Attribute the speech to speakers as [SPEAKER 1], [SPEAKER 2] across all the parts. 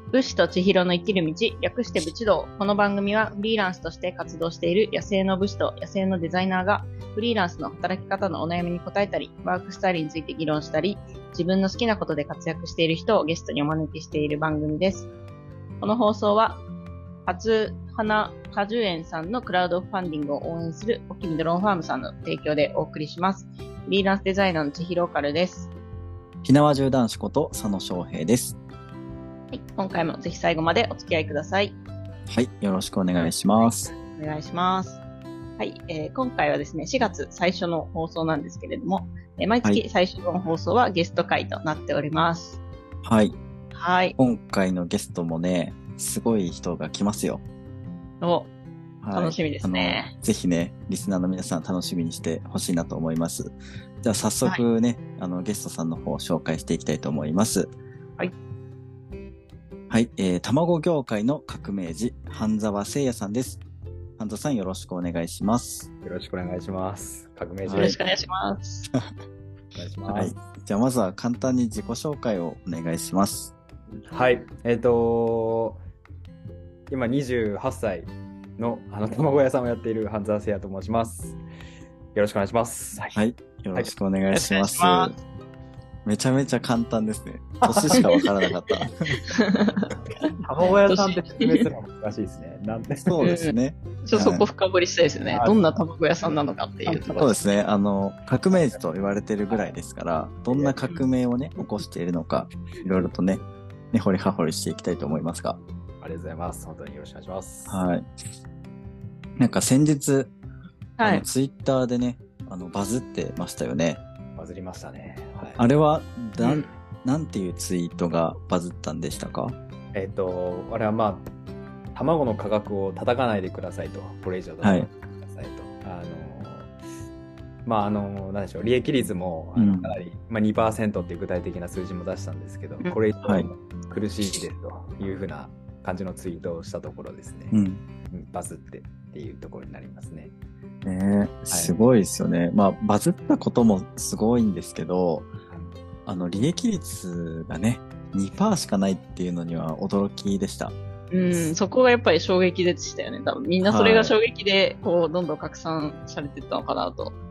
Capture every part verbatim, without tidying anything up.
[SPEAKER 1] 武士と千尋の生きる道、略して武士道。この番組はフリーランスとして活動している野生の武士と野生のデザイナーがフリーランスの働き方のお悩みに答えたり、ワークスタイルについて議論したり、自分の好きなことで活躍している人をゲストにお招きしている番組です。この放送は、初花果樹園さんのクラウドファンディングを応援するおきみドローンファームさんの提供でお送りします。フリーランスデザイナーの千尋カルです。
[SPEAKER 2] ひなわ銃男子こと佐野翔平です。
[SPEAKER 1] はい、今回もぜひ最後までお付き合いください。
[SPEAKER 2] はい、よろしくお願いします。
[SPEAKER 1] お願いします。はい、えー、今回はですね、しがつ最初の放送なんですけれども、えー、毎月最初の放送はゲスト会となっております。
[SPEAKER 2] はい。
[SPEAKER 1] はい。
[SPEAKER 2] 今回のゲストもね、すごい人が来ますよ。
[SPEAKER 1] お、
[SPEAKER 2] はい、
[SPEAKER 1] 楽しみですね。
[SPEAKER 2] ぜひね、リスナーの皆さん楽しみにしてほしいなと思います。じゃあ早速ね、はい、あのゲストさんの方を紹介していきたいと思います。
[SPEAKER 1] はい。
[SPEAKER 2] はい、えー、卵業界の革命児、半沢誠也さんです。半沢さんよろしくお願いします。
[SPEAKER 3] よろしくお願いします。革命児、
[SPEAKER 1] よろしくお願いします。
[SPEAKER 3] お願いします。
[SPEAKER 2] はい。じゃあまずは簡単に自己紹介をお願いします。
[SPEAKER 3] はい。えっと、今にじゅうはっさいのあの卵屋さんをやっている半沢誠也と申します。よろしくお願いします。
[SPEAKER 2] はい。はい、よろしくお願いします。
[SPEAKER 1] はい、
[SPEAKER 2] めちゃめちゃ簡単ですね。年しかわからなかった。
[SPEAKER 3] 卵屋さんって説明するの難しいですね。なんで
[SPEAKER 2] そうですね。
[SPEAKER 1] ちょっとそこ深掘りしたいですね。どんな卵屋さんなのかっていうところ。
[SPEAKER 2] そうですね。あの、革命児と言われてるぐらいですから、どんな革命をね、起こしているのか、いろいろとね、ね、掘り葉掘りしていきたいと思いますが。
[SPEAKER 3] ありがとうございます。本当によろしくお願いします。
[SPEAKER 2] はい。なんか先日、
[SPEAKER 1] はい、
[SPEAKER 2] あのツイッターでね、あの、バズってましたよね。
[SPEAKER 3] バズりましたね。
[SPEAKER 2] はい、あれは、なん、なんていうツイートがバズったんでしたか？
[SPEAKER 3] えっと、あれはまあ、卵の価格を叩かないでくださいと、これ以上叩かないでくださいと。はい、あの、まあ、あの、なんでしょう、利益率も、あのかなり、うん、まあ、にパーセントっていう具体的な数字も出したんですけど、うん、これ以上苦しいですというふうな感じのツイートをしたところですね、うん、バズってっていうところになりますね。
[SPEAKER 2] ねえ、すごいですよね。はい、まあ、バズったこともすごいんですけど、あの、利益率がね、にパーセント しかないっていうのには驚きでした。
[SPEAKER 1] うん、そこがやっぱり衝撃でしたよね。多分みんなそれが衝撃で、こう、どんどん拡散されていったのかなと。はい、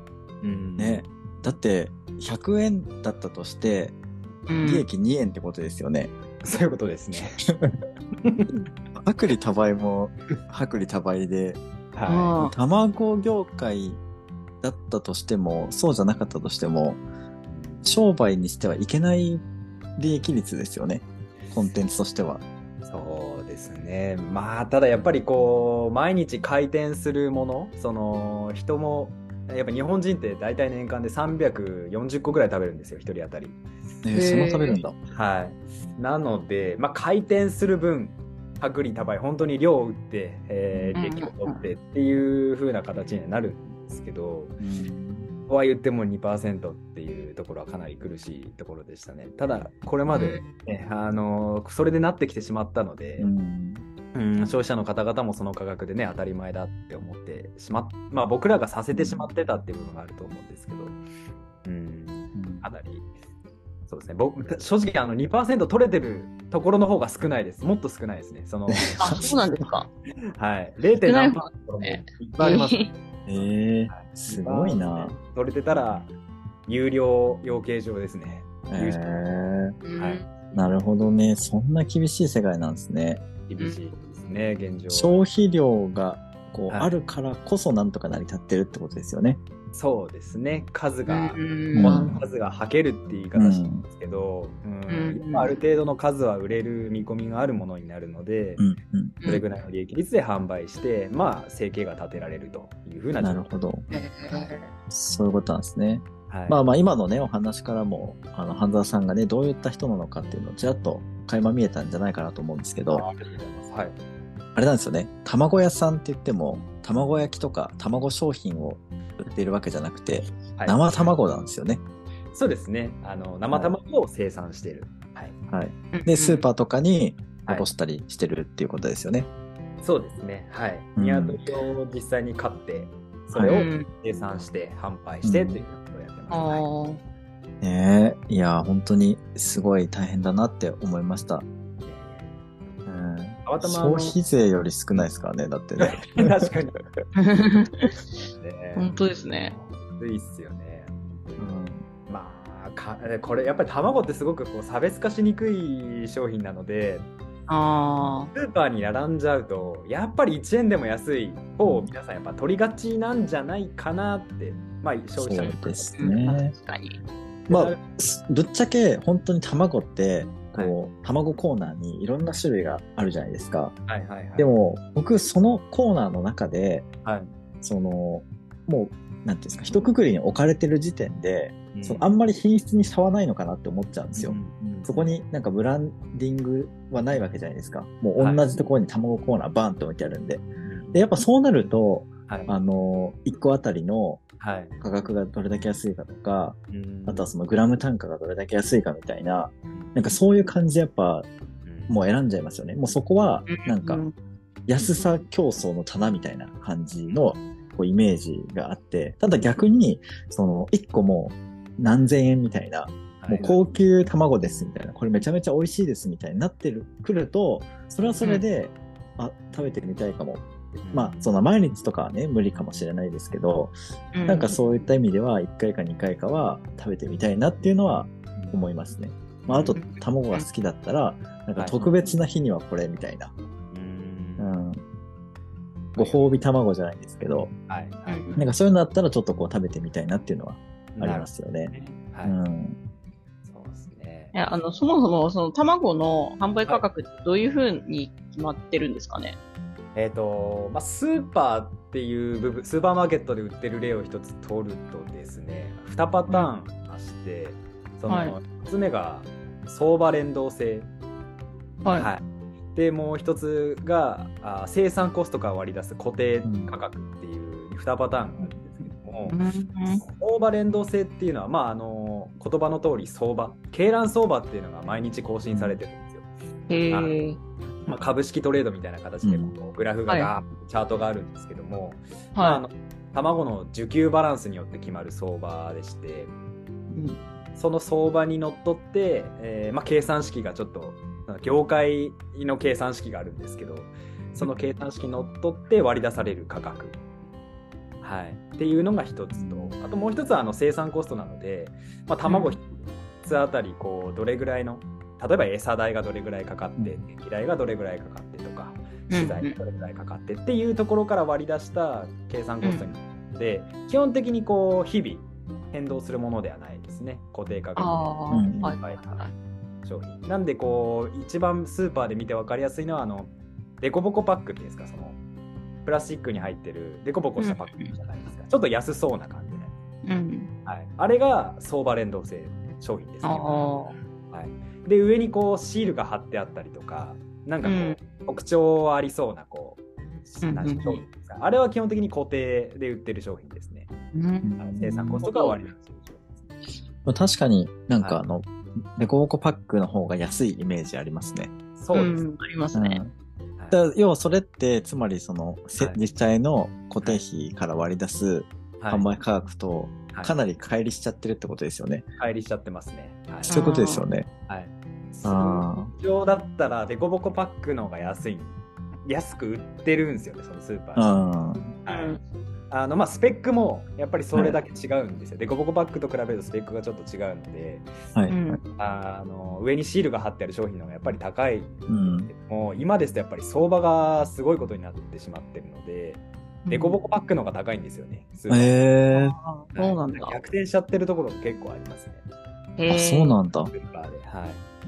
[SPEAKER 2] うんね。だって、ひゃくえんだったとして、利益にえんってことですよね。
[SPEAKER 3] うん、そういうことですね。
[SPEAKER 2] 薄利多売も薄利多売で、はい、卵業界だったとしても、そうじゃなかったとしても、商売にしてはいけない利益率ですよね。コンテンツとしては。
[SPEAKER 3] そうですね。まあ、ただやっぱりこう、毎日回転するもの、その、人も、やっぱ日本人って大体年間でさんびゃくよんじゅっこぐらい食べるんですよ、一人当たり。
[SPEAKER 2] えー、そんな食べるんだ。
[SPEAKER 3] はい。なので、まあ、回転する分、薄利多売、本当に量を売って、えー、利益を取ってっていう風な形になるんですけど、うん、とは言っても にパーセント っていうところはかなり苦しいところでしたね。ただ、これまで、ね、あのそれでなってきてしまったので、うんうん、消費者の方々もその価格でね、当たり前だって思ってしまっ、まあ僕らがさせてしまってたっていう部分があると思うんですけど、うん、かなり、そうですね。僕、正直あの にパーセント 取れてるところの方が少ないです。もっと少ないですね。その
[SPEAKER 1] あ、そうなんですか。
[SPEAKER 3] はい。れいてん何パーセントもいっぱいあります。
[SPEAKER 2] えー、すごいな。
[SPEAKER 3] 取れてたら、有料養鶏場ですね。
[SPEAKER 2] えー、はい。なるほどね。そんな厳しい世界なんですね。
[SPEAKER 3] 厳しいですね、現状。
[SPEAKER 2] 消費量がこう、はい、あるからこそなんとか成り立ってるってことですよね。
[SPEAKER 3] そうですね。数が、うん、数がはけるっていう言い方なんですけど、うんうん、ある程度の数は売れる見込みがあるものになるので、うんうん、それぐらいの利益率で販売して、まあ、生計が立てられるというふうな。
[SPEAKER 2] なるほど。そういうことなんですね。はい、まあまあ今のね、お話からも、あの、半沢さんがね、どういった人なのかっていうのをちらっと垣間見えたんじゃないかなと思うんですけど、あ、ありがとうございます。はい。あれなんですよね。卵屋さんって言っても、卵焼きとか卵商品を売っているわけじゃなくて、はい、生卵なんですよね。
[SPEAKER 3] そうですね。あの、生卵を生産している。
[SPEAKER 2] はい。はい。で、スーパーとかに卸したりしてるっていうことですよね。
[SPEAKER 3] はい、そうですね。はい。鶏を実際に飼って、それを生産して販売してっていうことをやってます。うん、はい。
[SPEAKER 2] ねえ、いや、本当にすごい大変だなって思いました。
[SPEAKER 3] たまたま
[SPEAKER 2] 消費税より少ないですからね、だってね。
[SPEAKER 3] 確かに。
[SPEAKER 1] 本当ですね。
[SPEAKER 3] いいっすよね。うん、まあか、これやっぱり卵ってすごくこう差別化しにくい商品なので、
[SPEAKER 1] あ
[SPEAKER 3] スーパーに並んじゃうと、やっぱりいちえんでも安い方を皆さんやっぱ取りがちなんじゃないかなって、まあ消費者の
[SPEAKER 2] そうですね。
[SPEAKER 1] 確かに。
[SPEAKER 2] まあ、ぶっちゃけ本当に卵って、こう、卵コーナーにいろんな種類があるじゃないですか。
[SPEAKER 3] はいはいはい。
[SPEAKER 2] でも、僕、そのコーナーの中で、
[SPEAKER 3] はい、
[SPEAKER 2] その、もう、なんていうんですか、一括りに置かれてる時点で、
[SPEAKER 3] うん、
[SPEAKER 2] そのあんまり品質に差はないのかなって思っちゃうんですよ。
[SPEAKER 3] うんうん、
[SPEAKER 2] そこになんかブランディングはないわけじゃないですか。もう同じところに卵コーナーバーンと置いてあるんで。はい、で、やっぱそうなると、はい、あの、いっこあたりの価格がどれだけ安いかとか、はい、あとはそのグラム単価がどれだけ安いかみたいな、なんかそういう感じでやっぱ、もう選んじゃいますよね。もうそこは、なんか、安さ競争の棚みたいな感じのこうイメージがあって、ただ逆に、その、いっこも何千円みたいな、もう高級卵ですみたいな、これめちゃめちゃ美味しいですみたいになってる、くると、それはそれで、うん、あ、食べてみたいかも。まあ、その毎日とかはね、無理かもしれないですけど、うん、なんかそういった意味では、いっかいかにかいかは食べてみたいなっていうのは思いますね。まあ、あと、卵が好きだったら、なんか特別な日にはこれみたいな。うん。ご褒美卵じゃないですけど、はいはい、なんかそういうのだったらちょっとこう食べてみたいなっていうのはありますよね。はい。うん。
[SPEAKER 1] いや、あの、そもそも、その卵の販売価格ってどういうふうに決まってるんですかね。
[SPEAKER 3] はい、えっ、ー、と、まあ、スーパーっていう部分、スーパーマーケットで売ってる例を一つ取るとですね、にパターンありまして、うん、その、一、はい、つ目が相場連動性。はい。はい、で、もう一つがあ生産コストから割り出す固定価格っていうにパターンがあるんですけども、うん、相場連動性っていうのは、まあ、あの言葉の通り相場、鶏卵相場っていうのが毎日更新されてるんですよ。
[SPEAKER 1] へー。
[SPEAKER 3] まあ、株式トレードみたいな形でこうグラフがガーッとチャートがあるんですけども、はいまあ、あの卵の需給バランスによって決まる相場でして、うん、その相場にのっとって、えーまあ、計算式がちょっと業界の計算式があるんですけど、その計算式にのっとって割り出される価格、はい、っていうのが一つと、あともう一つはあの生産コストなので、まあ、卵一つあたりこうどれぐらいの、例えば餌代がどれぐらいかかって、電気代がどれぐらいかかってとか、資材がどれぐらいかかってっていうところから割り出した計算コストになるので、基本的にこう日々変動するものではないですね、固定価格で。はいはい商品なんで、こう一番スーパーで見て分かりやすいのはあのデコボコパックっていうんですか、そのプラスチックに入ってるデコボコしたパックじゃないですか、うん、ちょっと安そうな感じで、うんはい、あれが相場連動性商品ですね。はい、で上にこうシールが貼ってあったりとか、なんかこう、うん、特徴ありそうなこう、うん、商品ですか、あれは基本的に固定で売ってる商品ですね、うん、生産コストが割り出す商品ですね。
[SPEAKER 2] 確かになんかあの、はい、デコボコパックの方が安いイメージありますね。
[SPEAKER 3] そうです、うん、
[SPEAKER 1] ありますね。
[SPEAKER 2] うん、だ要はそれってつまりその、はい、実際の固定費から割り出す販売価格とかなり乖離しちゃってるってことですよね。
[SPEAKER 3] 乖離しちゃってますね。
[SPEAKER 2] はい、そういうことですよね。
[SPEAKER 3] はい。通常だったらデコボコパックの方が安い、安く売ってるんですよね、そのスーパーで。はい。あのまあ、スペックもやっぱりそれだけ違うんですよ。デコボコパックと比べるとスペックがちょっと違うので、はい、あの上にシールが貼ってある商品の方がやっぱり高い、うん、もう今ですとやっぱり相場がすごいことになってしまってるので、デコボコパックの方が高いんですよね。
[SPEAKER 2] へ、うん、えー、
[SPEAKER 1] そうなんだ。
[SPEAKER 3] 逆転しちゃってるところが結構ありますね。
[SPEAKER 2] へー、あ、そうなんだ。
[SPEAKER 3] スーパーで、はい、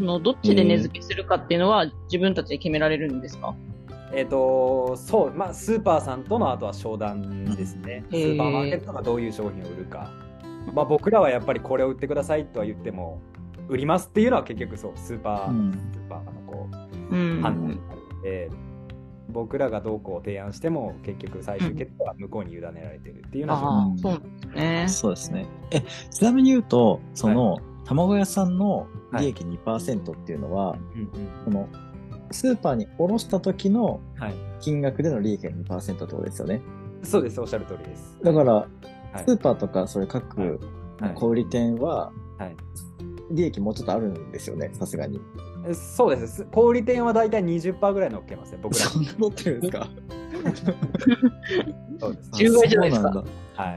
[SPEAKER 1] のどっちで値付けするかっていうのは自分たちで決められるんですか？
[SPEAKER 3] えーと、そう、まあ、スーパーさんとのあとは商談ですね。スーパーマーケットがどういう商品を売るか。まあ、僕らはやっぱりこれを売ってくださいとは言っても、売りますっていうのは結局そう、スーパー、うん、スーパーのこう、うん、判断になるので、僕らがどうこう提案しても、結局最終決定は向こうに委ねられてるっていうのは、
[SPEAKER 1] うん、そうですね。
[SPEAKER 2] そうですね。え、ちなみに言うと、その、はい、卵屋さんの利益 にパーセント っていうのは、はい、この、スーパーに卸した時の金額での利益が にパーセント ってことですよね。
[SPEAKER 3] そうです、おっしゃる通りです。
[SPEAKER 2] だから、スーパーとかそれ各小売店は、利益もうちょっとあるんですよね、さすがに。
[SPEAKER 3] そうです。小売店はだいたい にじゅっパーセント ぐらい乗っけますね、僕ら。
[SPEAKER 2] そんな乗ってるんですか？
[SPEAKER 3] そうです。
[SPEAKER 1] じゅうばいじゃないですか。
[SPEAKER 3] はい。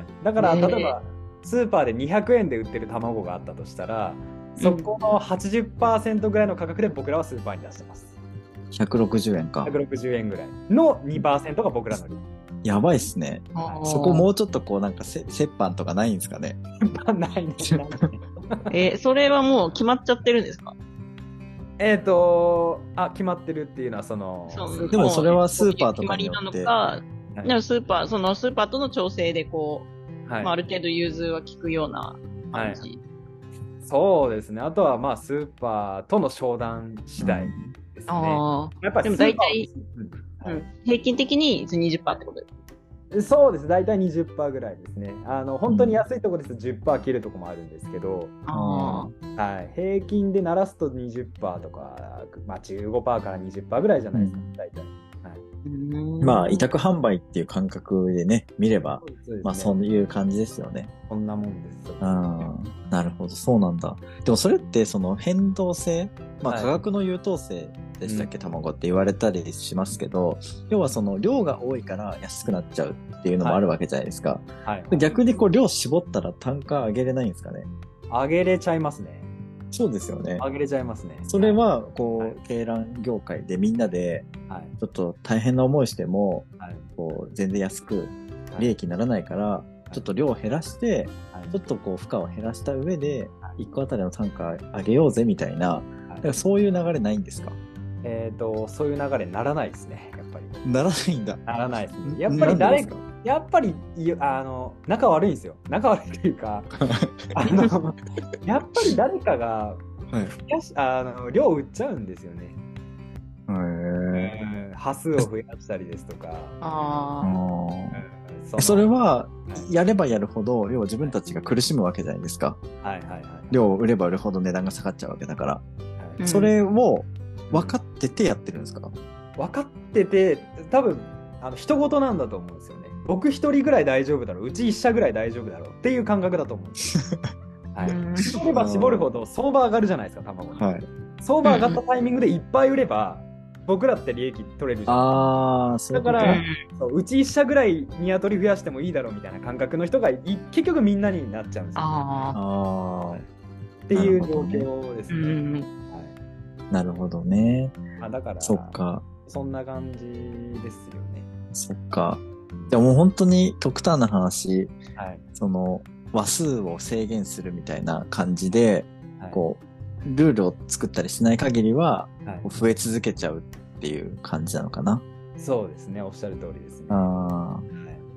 [SPEAKER 3] だから、例えば、スーパーでにひゃくえんで売ってる卵があったとしたら、そこの はちじゅっパーセント ぐらいの価格で僕らはスーパーに出してます。
[SPEAKER 2] ひゃくろくじゅうえんか。
[SPEAKER 3] ひゃくろくじゅうえんぐらいの にパーセント が僕らの利。
[SPEAKER 2] やばいっすね。そこもうちょっとこうなんかせ折半とかないんですかね。
[SPEAKER 3] ないね。
[SPEAKER 1] えー、それはもう決まっちゃってるんですか？
[SPEAKER 3] えっと、あ、決まってるっていうのはその、
[SPEAKER 1] そう
[SPEAKER 2] でもそれはスーパーとかによって。
[SPEAKER 1] 決まりなのか、でもスーパー、そのスーパーとの調整でこう、はい、まあ、ある程度融通は効くような感じ、はい。
[SPEAKER 3] そうですね。あとはまあスーパーとの商談次第ですね。うん、あ
[SPEAKER 1] やっぱりでも大体、うんはい、平均的に にじゅっパーセント ってことです。
[SPEAKER 3] そうです。大体 にじゅっパーセント ぐらいですね。あの本当に安いところですと じゅっパーセント 切るとこもあるんですけど、あはい、平均で鳴らすと にじゅっパーセント とか、まあ、じゅうごパーセント から にじゅっパーセント ぐらいじゃないですか、うん、大体。
[SPEAKER 2] まあ委託販売っていう感覚でね見ればそう、ね、まあそういう感じですよね。
[SPEAKER 3] こんなもんです。
[SPEAKER 2] うん、なるほどそうなんだ。でもそれってその変動性、まあ価格の優等生でしたっけ、はい、卵って言われたりしますけど、要はその量が多いから安くなっちゃうっていうのもあるわけじゃないですか。はいはい、逆にこう量絞ったら単価上げれないんですかね。
[SPEAKER 3] 上げれちゃいますね。
[SPEAKER 2] そうですよね。
[SPEAKER 3] 上げれちゃいますね。
[SPEAKER 2] それは、こう、はい、鶏卵業界でみんなで、ちょっと大変な思いしても、はい、こう、全然安く、利益にならないから、はい、ちょっと量を減らして、はい、ちょっとこう、負荷を減らした上で、いっこあたりの単価上げようぜみたいな、はい、だからそういう流れないんですか？
[SPEAKER 3] えっと、そういう流れにならないですね、やっぱり。
[SPEAKER 2] ならないんだ。
[SPEAKER 3] ならないですね。やっぱり誰か、やっぱり、あの、仲悪いんですよ。仲悪いというか、あの、やっぱり誰かが、はい、やしあの量を売っちゃうんですよね。
[SPEAKER 2] へー、
[SPEAKER 3] うん、端数を増やしたりですとか。あ
[SPEAKER 2] うん、そ, それはやればやるほど要は自分たちが苦しむわけじゃないですか。
[SPEAKER 3] はいはいはい、
[SPEAKER 2] 量を売れば売るほど値段が下がっちゃうわけだから、はい、それを分かっててやってるんですか？
[SPEAKER 3] 分かってて多分あの人事なんだと思うんですよね。僕一人ぐらい大丈夫だろう、うち一社ぐらい大丈夫だろうっていう感覚だと思うんですよ。はい、絞れば絞るほど相場上がるじゃないですか、卵。はい、相場上がったタイミングでいっぱい売れば、僕らって利益取れるじゃないですか。あだからそう、うち一社ぐらいニワトリ増やしてもいいだろうみたいな感覚の人が結局みんなになっちゃうんですよ、ね。あっていう状況ですね。なるほどね。
[SPEAKER 2] はい、なるほどね。
[SPEAKER 3] あだから
[SPEAKER 2] そっか、
[SPEAKER 3] そんな感じですよね。
[SPEAKER 2] そっか。じゃあもう本当に極端な話、はい、その話数を制限するみたいな感じで、はい、こうルールを作ったりしない限りは、はい、増え続けちゃうっていう感じなのかな。
[SPEAKER 3] そうですね、おっしゃる通りですね。
[SPEAKER 2] あ、はい、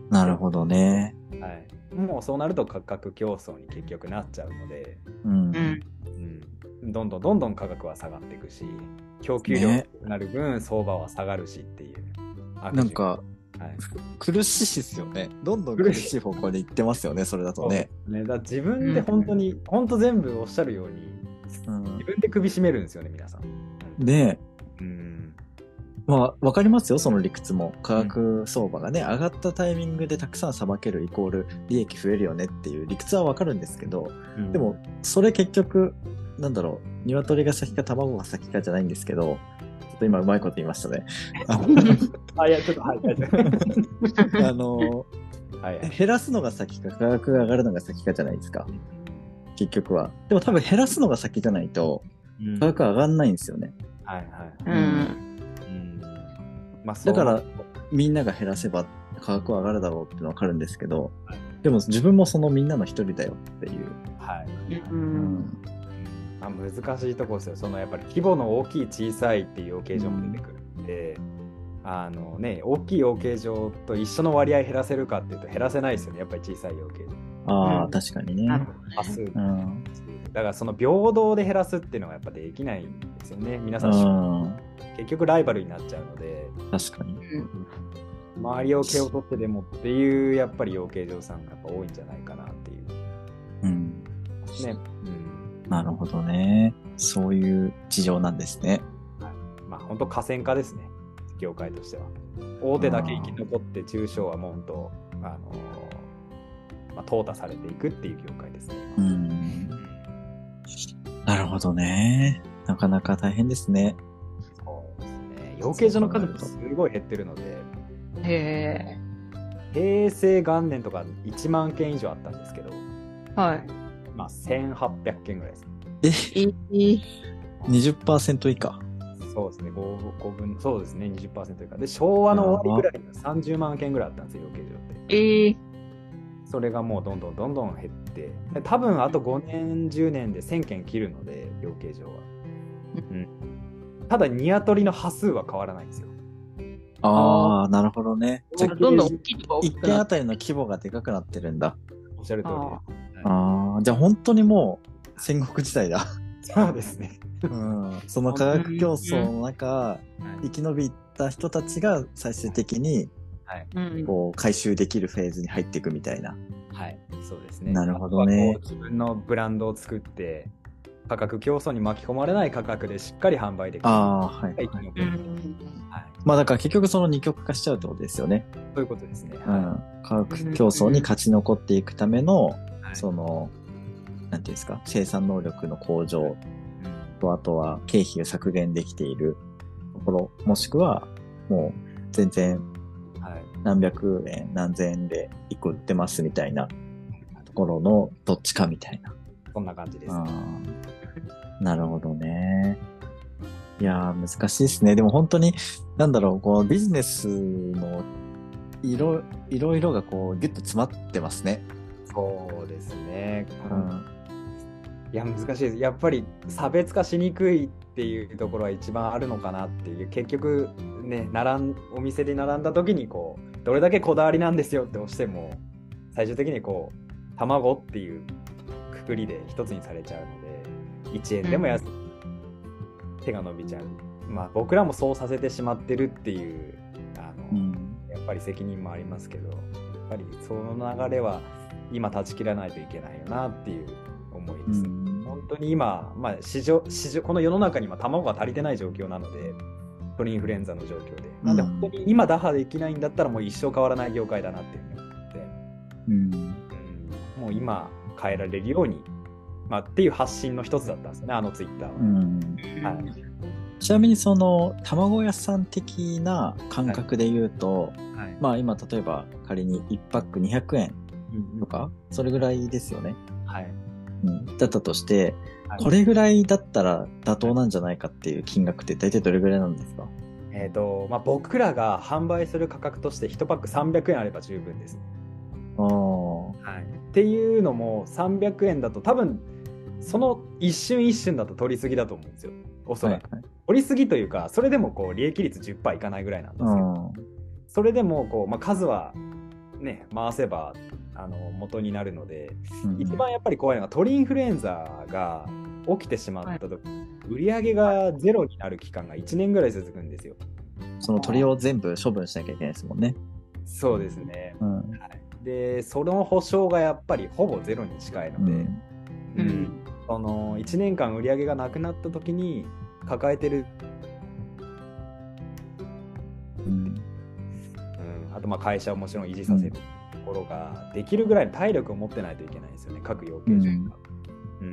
[SPEAKER 2] なるほどね。
[SPEAKER 3] はい、もうそうなると価格競争に結局なっちゃうので、うんうん、どんどんどんどん価格は下がっていくし、供給量がなる分、ね、相場は下がるしっていう。
[SPEAKER 2] なんかはい、苦しいですよね。どんどん苦しい方向に行ってますよね、それだとね。
[SPEAKER 3] ね、だ自分で本当に、うん、本当全部おっしゃるように、うん、自分で首絞めるんですよね、皆さん。
[SPEAKER 2] ねえ。うん、まあ、わかりますよ、その理屈も。価格相場がね、うん、上がったタイミングでたくさんさばけるイコール利益増えるよねっていう理屈はわかるんですけど、うん、でも、それ結局、なんだろう、鶏が先か卵が先かじゃないんですけど、今うまいこと言いましたね。
[SPEAKER 3] あ、いや、ちょっと、はい、
[SPEAKER 2] あの、はいはい、減らすのが先か、価格が上がるのが先かじゃないですか。結局は。でも多分減らすのが先じゃないと、価格上がんないんですよね。うん、はいはい。うん。うん、まあ、だから、みんなが減らせば価格は上がるだろうっていうのはわかるんですけど、はい、でも自分もそのみんなの一人だよっていう。はい。うん、
[SPEAKER 3] まあ、難しいところですよ。そのやっぱり規模の大きい小さいっていう養鶏場も出てくるんで、うん、あのね、大きい養鶏場と一緒の割合減らせるかっていうと減らせないですよね、やっぱり小さい養鶏場。
[SPEAKER 2] ああ、うん、確かにね。
[SPEAKER 3] 多数、うん、だからその平等で減らすっていうのがやっぱできないんですよね。皆さん、うん、結局ライバルになっちゃうので。
[SPEAKER 2] 確かに。
[SPEAKER 3] 周りを毛を取ってでもっていうやっぱり養鶏場さんがやっぱ多いんじゃないかなっていう。うん。
[SPEAKER 2] ね。うん、なるほどね。そういう事情なんですね。
[SPEAKER 3] はい、まあ本当河川化ですね。業界としては。大手だけ生き残って中小はもう本当あのー、まあ淘汰されていくっていう業界ですね。うん。
[SPEAKER 2] なるほどね。 なかなか大変ですね。
[SPEAKER 3] そうですね。養鶏場の数もすごい減ってるので。
[SPEAKER 1] へ
[SPEAKER 3] ー。平成元年とかいちまんけん以上あったんですけど、
[SPEAKER 1] はい。
[SPEAKER 3] まあせんはっぴゃくけんぐらいです。
[SPEAKER 2] え、にじゅっパーセント 以下。
[SPEAKER 3] そうですね、ご, ごぶん、そうですね、にじゅっパーセント以下。で、昭和の終わりぐらいにさんじゅうまんけんぐらいあったんですよ、養鶏場って。
[SPEAKER 1] えー、
[SPEAKER 3] それがもうどんどんどんどん減って、多分あとごねん、じゅうねんでせんけん切るので、養鶏場は。うん、ただ、ニワトリの羽数は変わらないんですよ。
[SPEAKER 2] ああ、なるほどね。
[SPEAKER 1] じゃあ、どんどん大きいと
[SPEAKER 2] 一軒あたりの規模がでかくなってるんだ。
[SPEAKER 3] おっしゃる通りです。
[SPEAKER 2] あ、はい、あ、じゃあ本当にもう戦国時代だ。
[SPEAKER 3] そうですね。
[SPEAKER 2] うん、その価格競争の中、生き延びた人たちが最終的に、はい、こう回収できるフェーズに入っていくみたいな。
[SPEAKER 3] はい、そうですね。
[SPEAKER 2] なるほどね。
[SPEAKER 3] 自分のブランドを作って、価格競争に巻き込まれない価格でしっかり販売できる。
[SPEAKER 2] ああ、はい。はい、まあだから結局その二極化しちゃうってことですよね。
[SPEAKER 3] そういうことですね。
[SPEAKER 2] うん。価格競争に勝ち残っていくための、はい、その、なんていうんですか、生産能力の向上と、あとは経費を削減できているところ、もしくはもう全然何百円、何千円で一個売ってますみたいなところのどっちかみたいな。
[SPEAKER 3] そんな感じです。
[SPEAKER 2] なるほどね。いやー、難しいですね。でも本当に、なんだろう、こう、ビジネスの色、いろいろがこう、ギュッと詰まってますね。
[SPEAKER 3] そうですね。うん、いや、難しいです。やっぱり差別化しにくいっていうところは一番あるのかなっていう。結局、ね、並ん、お店で並んだ時に、こう、どれだけこだわりなんですよって押しても、最終的にこう、卵っていうくくりで一つにされちゃうので、いちえんでも安く、うん、手が伸びちゃう。まあ僕らもそうさせてしまってるっていう、あの、うん、やっぱり責任もありますけど、やっぱりその流れは今断ち切らないといけないよなっていう思いです。うん、本当に今、まあ市場、市場、この世の中に今卵が足りてない状況なので、鳥インフルエンザの状況で。なんで本当に今打破できないんだったらもう一生変わらない業界だなっていうふうに思って、うんうん、もう今変えられるように、まあ、っていう発信の一つだったんですね、あのツイッターは。うん
[SPEAKER 2] はい、ちなみにその卵屋さん的な感覚で言うと、はいはい、まあ今例えば仮にいちパックにひゃくえんとか、うん、それぐらいですよね。はいうん、だったとして、はい、これぐらいだったら妥当なんじゃないかっていう金額って大体どれぐらいなんですか？
[SPEAKER 3] えーとまあ、僕らが販売する価格としていちパックさんびゃくえんあれば十分です。あはい、っていうのもさんびゃくえんだと多分その一瞬一瞬だと取りすぎだと思うんですよ、おそらく。はいはい、取りすぎというか、それでもこう利益率 じゅっパーセント いかないぐらいなんですよ。それでもこう、まあ、数は、ね、回せばあの元になるので、うん、一番やっぱり怖いのが鳥インフルエンザが起きてしまったとき、はい、売り上げがゼロになる期間がいちねんぐらい続くんですよ。
[SPEAKER 2] その鳥を全部処分しなきゃいけないですもんね。
[SPEAKER 3] そうですね。うんはい、で、その保証がやっぱりほぼゼロに近いので、うんうん、そのいちねんかん売り上げがなくなった時に抱えてる、うんうん、あとまあ会社をもちろん維持させるところができるぐらいの体力を持ってないといけないんですよね、各養鶏場が、うんうん、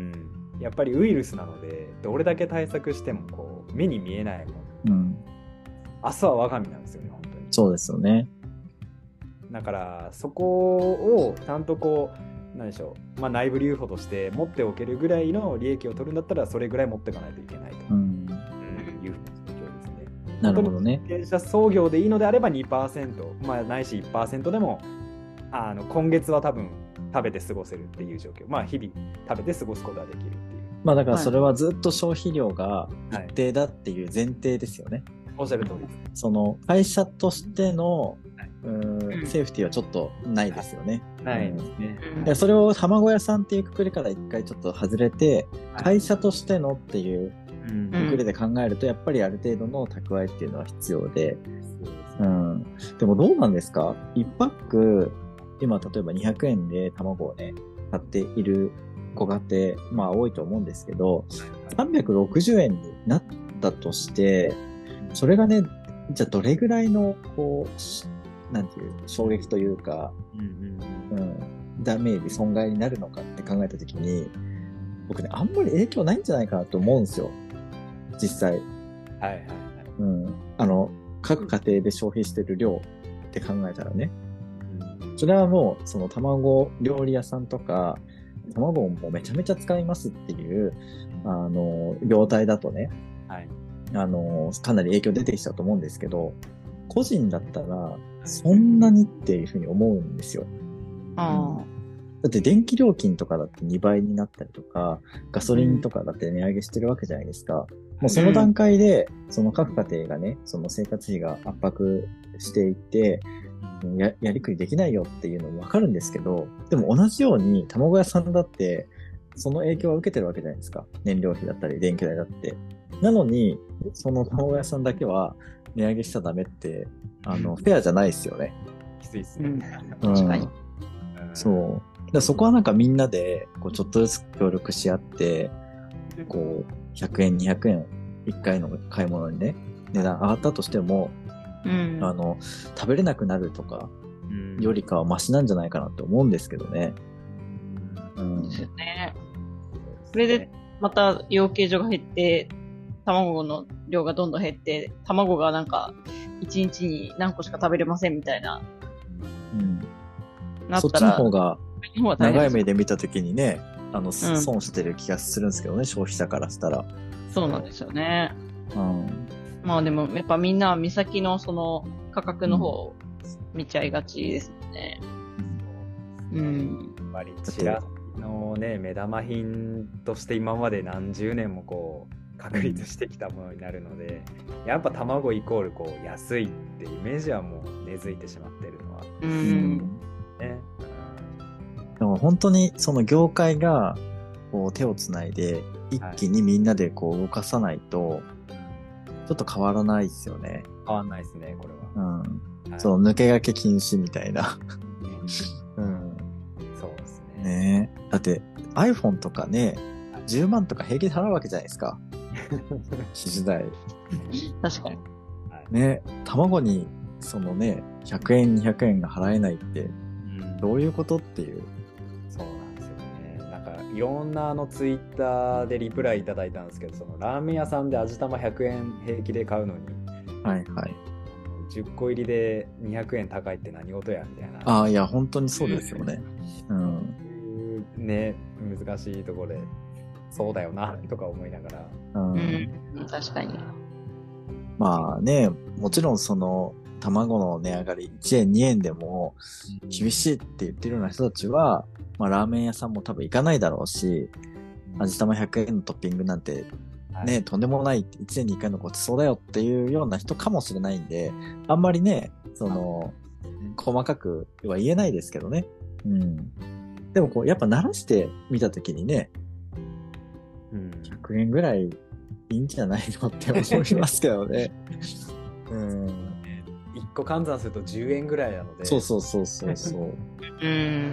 [SPEAKER 3] やっぱりウイルスなのでどれだけ対策してもこう目に見えないもの、うん、明日は我が身なんですよね、本当に。
[SPEAKER 2] そうですよね。
[SPEAKER 3] だからそこをちゃんとこう何でしょう、まあ、内部留保として持っておけるぐらいの利益を取るんだったらそれぐらい持っていかないといけないと、うんうん、いうふうな状況ですね。
[SPEAKER 2] なるほどね。
[SPEAKER 3] 経営者創業でいいのであれば にパーセント、まあ、ないし いちパーセント でもあの今月は多分食べて過ごせるっていう状況、まあ日々食べて過ごすことができるっていう。
[SPEAKER 2] まあだからそれはずっと消費量が一定だっていう前提ですよね。はい、
[SPEAKER 3] おっしゃる通りです。
[SPEAKER 2] その会社としてのうーんセーフティーはちょっとないですよね。
[SPEAKER 3] ないですね。
[SPEAKER 2] うん、それを卵屋さんっていうくくりから一回ちょっと外れて、会社としてのっていうくくりで考えると、やっぱりある程度の蓄えっていうのは必要で、うん、でもどうなんですか？いちパック、今例えばにひゃくえんで卵をね、買っているご家庭、まあ多いと思うんですけど、さんびゃくろくじゅうえんになったとして、それがね、じゃあどれぐらいの、こう、なんていう、衝撃というか、うんうんうん、ダメージ、損害になるのかって考えたときに、僕ね、あんまり影響ないんじゃないかなと思うんですよ。 実際。
[SPEAKER 3] はいはいはい。
[SPEAKER 2] うん。あの、各家庭で消費してる量って考えたらね。それはもう、その卵料理屋さんとか、卵をもうめちゃめちゃ使いますっていう、あの、業態だとね、
[SPEAKER 3] はい、
[SPEAKER 2] あの、かなり影響出てきちゃうと思うんですけど、個人だったら、そんなにっていうふうに思うんですよ。
[SPEAKER 1] ああ。
[SPEAKER 2] だって電気料金とかだってにばいになったりとか、ガソリンとかだって値上げしてるわけじゃないですか。もうその段階で、その各家庭がね、その生活費が圧迫していて、や、やりくりできないよっていうのもわかるんですけど、でも同じように卵屋さんだって、その影響は受けてるわけじゃないですか。燃料費だったり、電気代だって。なのに、その卵屋さんだけは値上げしちゃダメって、あの、フェアじゃないですよね。
[SPEAKER 3] きついっすね。
[SPEAKER 2] うん、確かに。そう。だそこはなんかみんなで、こう、ちょっとずつ協力し合って、こう、ひゃくえん、にひゃくえん、いっかいの買い物にね、値段上がったとしても、うん、あの、食べれなくなるとか、よりかはマシなんじゃないかなって思うんですけどね。
[SPEAKER 1] うん。ですよね。それで、また養鶏場が減って、卵の量がどんどん減って、卵がなんか、いちにちに何個しか食べれませんみたいな。
[SPEAKER 2] うん。なったらそっちの方が、長い目で見たときにね、あの、うん、損してる気がするんですけどね、消費者からしたら。
[SPEAKER 1] そうなんですよね。
[SPEAKER 2] うん。
[SPEAKER 1] まあでも、やっぱみんなは目先のその価格の方を見ちゃいがちですね。うん。うん、
[SPEAKER 3] やっぱりチラシのね、目玉品として今まで何十年もこう、確立してきたものになるので、うん、やっぱ卵イコールこう安いってイメージはもう根付いてしまってるのは。
[SPEAKER 1] うん。
[SPEAKER 3] ね。
[SPEAKER 2] でも本当にその業界がこう手をつないで一気にみんなでこう動かさないとちょっと変わらないですよね。
[SPEAKER 3] 変わらないですね、これは。
[SPEAKER 2] うん。はい、そう、抜け駆け禁止みたいな。うん。
[SPEAKER 3] そうですね。
[SPEAKER 2] ねえ。だって iPhone とかね、じゅうまんとか平気で払うわけじゃないですか。時代。
[SPEAKER 1] 確かに。
[SPEAKER 2] ね、卵にそのね、ひゃくえん、にひゃくえんが払えないって、どういうことっていう。
[SPEAKER 3] そうなんですよね。なんかいろんなあのツイッターでリプライいただいたんですけど、そのラーメン屋さんで味玉ひゃくえん平気で買うのに、
[SPEAKER 2] はいはい。
[SPEAKER 3] じゅっこ入りでにひゃくえん高いって何事やみたいな。
[SPEAKER 2] ああ、いや本当にそうですよね。うん。
[SPEAKER 3] ね、難しいところで、そうだよなとか思いながら。
[SPEAKER 1] うん、確かに。
[SPEAKER 2] まあね、もちろんその卵の値上がりいちえんにえんでも厳しいって言ってるような人たちは、まあラーメン屋さんも多分行かないだろうし、味玉ひゃくえんのトッピングなんてね、はい、とんでもないいちねんにいっかいのごちそうだよっていうような人かもしれないんで、あんまりね、その、細かくは言えないですけどね。うん。でもこう、やっぱ慣らしてみたときにね、うん、ひゃくえんぐらいいいんじゃないのって思いますけどね。うん。
[SPEAKER 3] いっこ換算するとじゅうえんぐらいなので。
[SPEAKER 2] そうそうそうそうそう。
[SPEAKER 1] うん。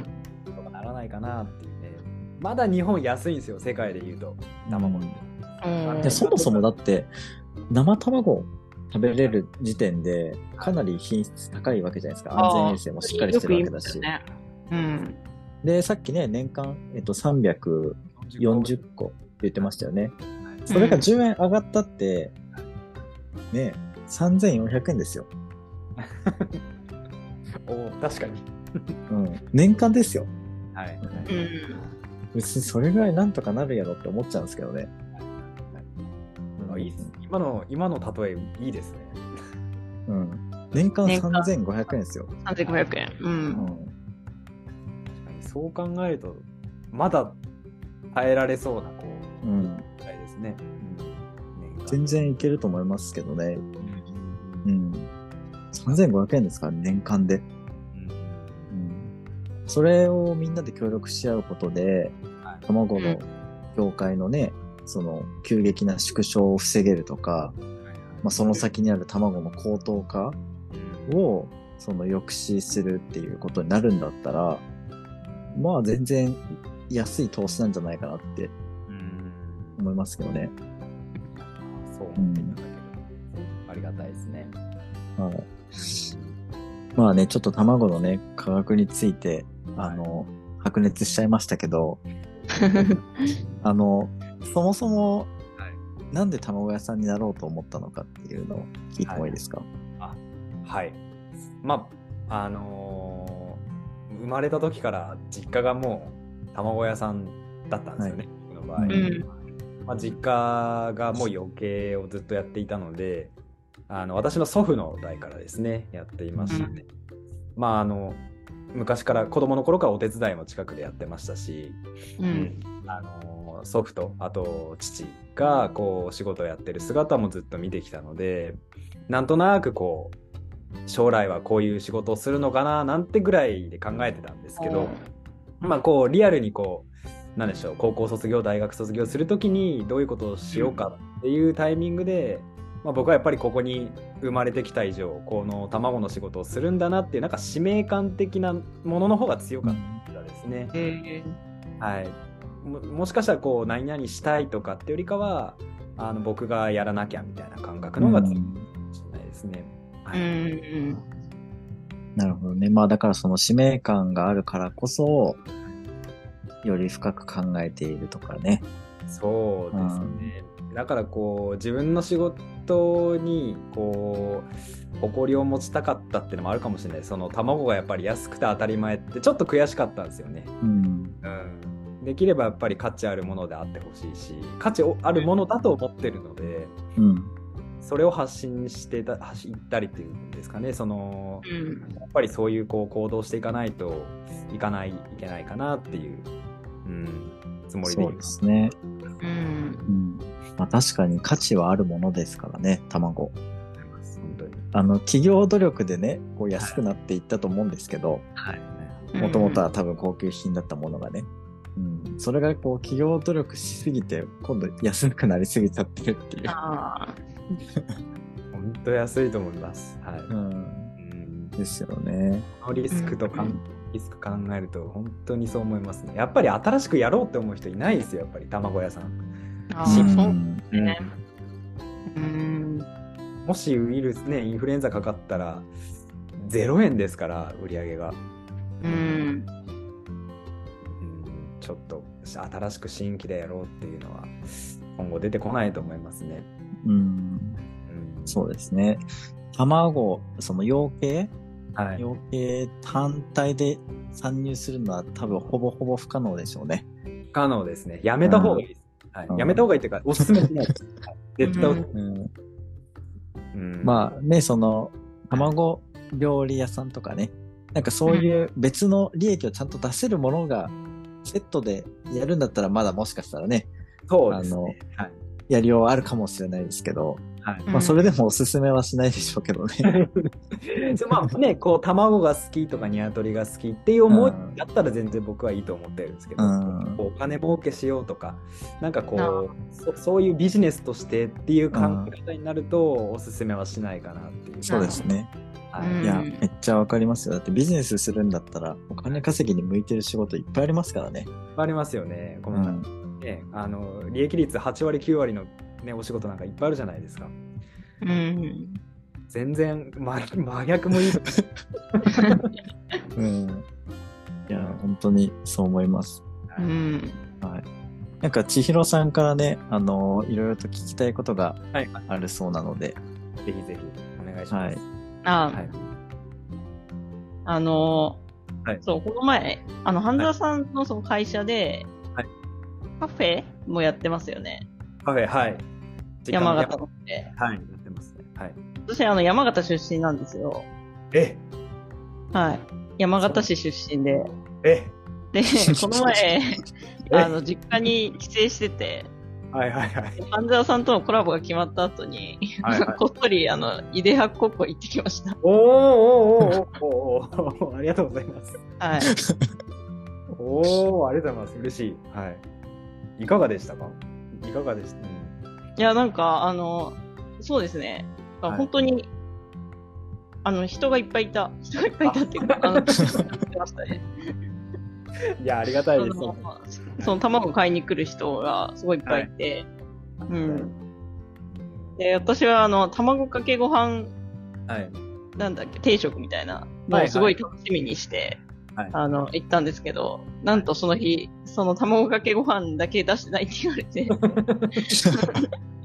[SPEAKER 3] とかならないかなっていうね。まだ日本安いんですよ、世界で言うと。卵って。
[SPEAKER 2] うん、でそもそもだって、生卵食べれる時点でかなり品質高いわけじゃないですか。安全衛生もしっかりしてるわけだし。
[SPEAKER 1] ね、うん。
[SPEAKER 2] で、さっきね、年間、えっと、さんびゃくよんじゅっこって言ってましたよね。それがじゅうえん上がったって、ね、さんぜんよんひゃくえんですよ。
[SPEAKER 3] お確かに。
[SPEAKER 2] うん。年間ですよ。
[SPEAKER 3] はい。
[SPEAKER 1] うん、
[SPEAKER 2] 別にそれぐらいなんとかなるやろって思っちゃうんですけどね。
[SPEAKER 3] うん、いいです今の、今の例えいいですね。
[SPEAKER 2] うん。年間さんぜんごひゃくえんですよ。
[SPEAKER 1] さんぜんごひゃくえん。うん。うん、
[SPEAKER 3] そう考えると、まだ耐えられそうな、こう、
[SPEAKER 2] うん。
[SPEAKER 3] ですね。
[SPEAKER 2] うん、全然いけると思いますけどね。うん。うん、さんぜんごひゃくえんですから、年間で。うん。それをみんなで協力し合うことで、はい、卵の業界のね、その急激な縮小を防げるとか、まあ、その先にある卵の高騰化をその抑止するっていうことになるんだったら、まあ全然安い投資なんじゃないかなって思いますけどね。
[SPEAKER 3] そう思っていただける、うん、ありがたいですね。
[SPEAKER 2] はい。まあね、ちょっと卵のね、価格について、あの、白熱しちゃいましたけど、あの、そもそも、 なんで卵屋さんになろうと思ったのかっていうのを聞いてもいいですか？
[SPEAKER 3] はい。あ、はい。まあ、あのー、生まれた時から実家がもう卵屋さんだったんですよね、僕の場合。うん、まあ、実家がもう養鶏をずっとやっていたので、あの私の祖父の代からですね、やっていましたね。うん、まあ、あの、昔から子供の頃からお手伝いも近くでやってましたし、うん、あの祖父とあと父がこう仕事をやってる姿もずっと見てきたので、なんとなくこう将来はこういう仕事をするのかななんてぐらいで考えてたんですけど、まあこうリアルにこうなんでしょう、高校卒業大学卒業するときにどういうことをしようかっていうタイミングで、まあ、僕はやっぱりここに生まれてきた以上この卵の仕事をするんだなっていうなんか使命感的なものの方が強かったですね。えー、はい。も, もしかしたらこう何々したいとかってよりかはあの僕がやらなきゃみたいな感覚の方が強いかもしれないですね。はい、うん、
[SPEAKER 2] なるほどね。まあだからその使命感があるからこそより深く考えているとかね。
[SPEAKER 3] そうですね。うん、だからこう自分の仕事にこう誇りを持ちたかったっていうのもあるかもしれない。その卵がやっぱり安くて当たり前ってちょっと悔しかったんですよね。うん、うん、できればやっぱり価値あるものであってほしいし、価値あるものだと思ってるので、うん、それを発信してた走ったりっていうんですかね。その、うん、やっぱりそういうこう行動していかないといかないいけないかなっていう、うん、つもりでいます。
[SPEAKER 2] そうですね。うん、うん、まあ、確かに価値はあるものですからね、卵。本当にあの企業努力でね、こう安くなっていったと思うんですけど、もともとは多分高級品だったものがね、うん、それがこう企業努力しすぎて今度安くなりすぎちゃってるっていう。あ
[SPEAKER 3] 本当安いと思います。はい。うん
[SPEAKER 2] うん、ですよね。
[SPEAKER 3] このリスクとか、うん、リスク考えると本当にそう思いますね。やっぱり新しくやろうって思う人いないですよ。やっぱり卵屋さん。
[SPEAKER 1] ああ、そうですね。
[SPEAKER 3] うん、もしウイルスね、インフルエンザかかったらゼロえんですから売り上げが。うん。うん、ちょっと新しく新規でやろうっていうのは今後出てこないと思いますね。うん。うん、
[SPEAKER 2] そうですね。卵、その養鶏、はい、養鶏単体で参入するのは多分ほぼほぼ不可能でしょうね。
[SPEAKER 3] 不可能ですね。やめた方がいいです。うん、はい、やめた方がいいっていうか、おすすめしないです。絶対、うん
[SPEAKER 2] うん、まあね、その卵料理屋さんとかね、なんかそういう別の利益をちゃんと出せるものがセットでやるんだったらまだもしかしたらね、
[SPEAKER 3] そうですね、
[SPEAKER 2] あの、はい、やりようあるかもしれないですけど、はい、まあそれでもおすすめはしないでしょうけどね。
[SPEAKER 3] まあね、こう卵が好きとか鶏が好きっていう思いだったら全然僕はいいと思ってるんですけど、うん、こうお金儲けしようとか、なんかこう そ, そういうビジネスとしてっていう考え方になるとおすすめはしないかなっていう。
[SPEAKER 2] そうですね。はい、いや、めっちゃわかりますよ。だってビジネスするんだったらお金稼ぎに向いてる仕事いっぱいありますからね。いっ
[SPEAKER 3] ぱいありますよね。この、うんね、あの利益率はちわりきゅうわりの、ね、お仕事なんかいっぱいあるじゃないですか。うん、全然、ま、真逆もいい、
[SPEAKER 2] うん、いや本当にそう思います、うんはい、なんか千尋さんからね、あのいろいろと聞きたいことがあるそうなので、
[SPEAKER 3] はい、ぜひぜひお願いします、はい、
[SPEAKER 1] あ、はい、あの、はい、そうこの前あの半沢さんのその会社で、はい、カフェもやってますよね。
[SPEAKER 3] カフェ、はい、
[SPEAKER 1] 山形ので、
[SPEAKER 3] はい、やってますね。はい。
[SPEAKER 1] 私あの山形出身なんですよ。
[SPEAKER 3] え、
[SPEAKER 1] はい。山形市出身で、
[SPEAKER 3] え、
[SPEAKER 1] でこの前あの実家に帰省してて、
[SPEAKER 3] はいはいはい。
[SPEAKER 1] 半沢さんとのコラボが決まった後に、はいはい、こっそりあの井出白高校行ってきました。
[SPEAKER 3] おーおーおーおーおーありがとうございます。
[SPEAKER 1] はい。
[SPEAKER 3] おお、ありがとうございます。嬉しい。はい。いかがでしたか？いかがでした？
[SPEAKER 1] いや、なんか、あの、そうですね。はい、本当に、あの、人がいっぱいいた。人がいっぱいいたっていうか、あの、ってましたね。
[SPEAKER 3] いや、ありがたいです。
[SPEAKER 1] その、その卵買いに来る人がすごいいっぱいいて、はい、うん。で、私は、あの、卵かけご飯、はい、なんだっけ、定食みたいなのをすごい楽しみにして、はいはい、あの、行ったんですけど、なんとその日、その卵かけご飯だけ出してないって言われて。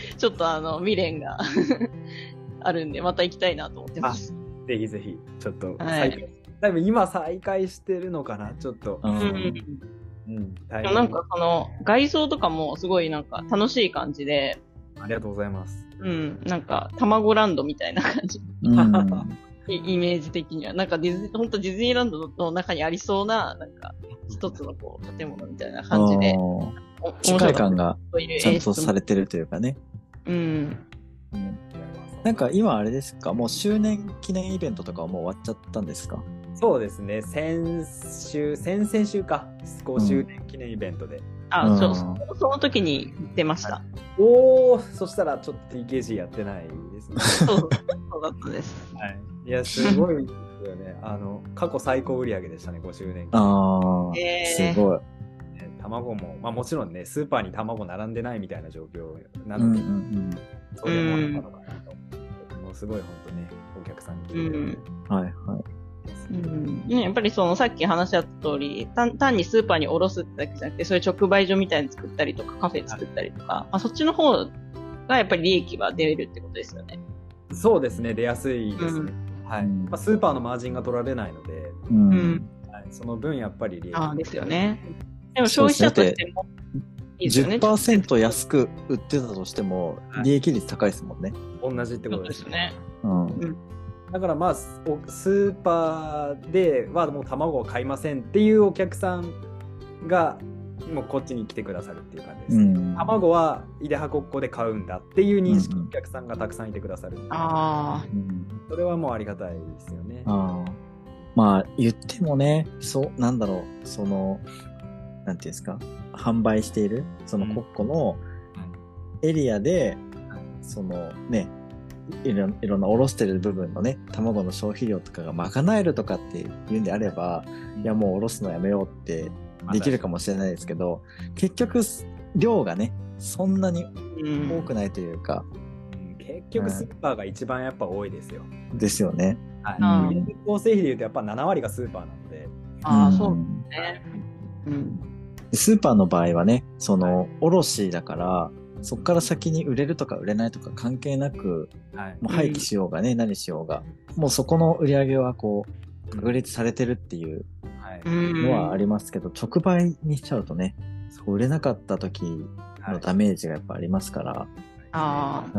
[SPEAKER 1] ちょっとあの、未練があるんで、また行きたいなと思ってます。
[SPEAKER 3] ぜひぜひ、ちょっと再開、はい、多分今再開してるのかな、ちょっと。
[SPEAKER 1] うん。うん、なんかその、外装とかもすごいなんか楽しい感じで。
[SPEAKER 3] ありがとうございます。
[SPEAKER 1] うん。なんか、卵ランドみたいな感じ。うん、イメージ的には。なんかディズ、本当ディズニーランドの中にありそうな、なんか、一つのこう、建物みたいな感じで。
[SPEAKER 2] 世界観がちゃんとされてるというかね。
[SPEAKER 1] うん。
[SPEAKER 2] うん、なんか今あれですか、もう周年記念イベントとかはもう終わっちゃったんですか？
[SPEAKER 3] そうですね。先週、先々週か。ごしゅうねん記念イベントで。うん、
[SPEAKER 1] あ、うん、そう、その時に出ました。
[SPEAKER 3] おー、そしたらちょっと ティーケージー やってないですね。
[SPEAKER 1] そう、そうだったです。
[SPEAKER 3] はい。いや、すごいですよね。あの、過去最高売上でしたね、ごしゅうねん。
[SPEAKER 2] ああ、えー、すごい。
[SPEAKER 3] 卵も、まあもちろんね、スーパーに卵並んでないみたいな状況なので、うんうんうん、そういうものなのかなと。うん、もうすごい本当ね、お客さんに来て、うん、
[SPEAKER 2] はいはい。
[SPEAKER 1] うんね、やっぱりそのさっき話し合った通り、単, 単にスーパーに卸すってだけじゃなくて、そういう直売所みたいに作ったりとか、カフェ作ったりとか、はい、まあ、そっちの方がやっぱり利益は出るってことですよね。
[SPEAKER 3] そうですね、出やすいですね。うん、はい。まあ、スーパーのマージンが取られないので、
[SPEAKER 2] うん
[SPEAKER 3] はい、その分やっぱり利益。
[SPEAKER 1] ああ、ですよね。でも消費者としてもいいですよね。
[SPEAKER 2] じゅっパーセント 安く売ってたとしても、利益率高いですもんね。
[SPEAKER 3] はい、同じってことですね。
[SPEAKER 2] うん。
[SPEAKER 3] うん、だからまあ、スーパーではもう卵を買いませんっていうお客さんが、もうこっちに来てくださるっていう感じですね。うん、卵はイデハコっこで買うんだっていう認識のお客さんがたくさんいてくださる。
[SPEAKER 1] ああ、
[SPEAKER 3] うん。それはもうありがたいですよね。
[SPEAKER 2] ああ。まあ、言ってもね、そう、なんだろう、その、なんていうんですか、販売している、そのコッコのエリアで、うん、そのね、いろ, いろんなおろしてる部分のね、卵の消費量とかが賄えるとかっていうんであれば、うん、いやもうおろすのやめようってできるかもしれないですけど、結局量がね、そんなに多くないというか、
[SPEAKER 3] うん、結局スーパーが一番やっぱ多いですよ。
[SPEAKER 2] うん、ですよね。
[SPEAKER 3] はい。構成比でいうとやっぱななわりがスーパーなので。
[SPEAKER 1] ああ、そうですね。うん。
[SPEAKER 2] スーパーの場合はね、その卸だから、そこから先に売れるとか売れないとか関係なく、はい、もう廃棄しようがね、うん、何しようが、もうそこの売り上げはこう確立されてるっていうのはありますけど、うん、直売にしちゃうとね、そう売れなかった時のダメージがやっぱありますから、
[SPEAKER 1] はい、
[SPEAKER 2] うん、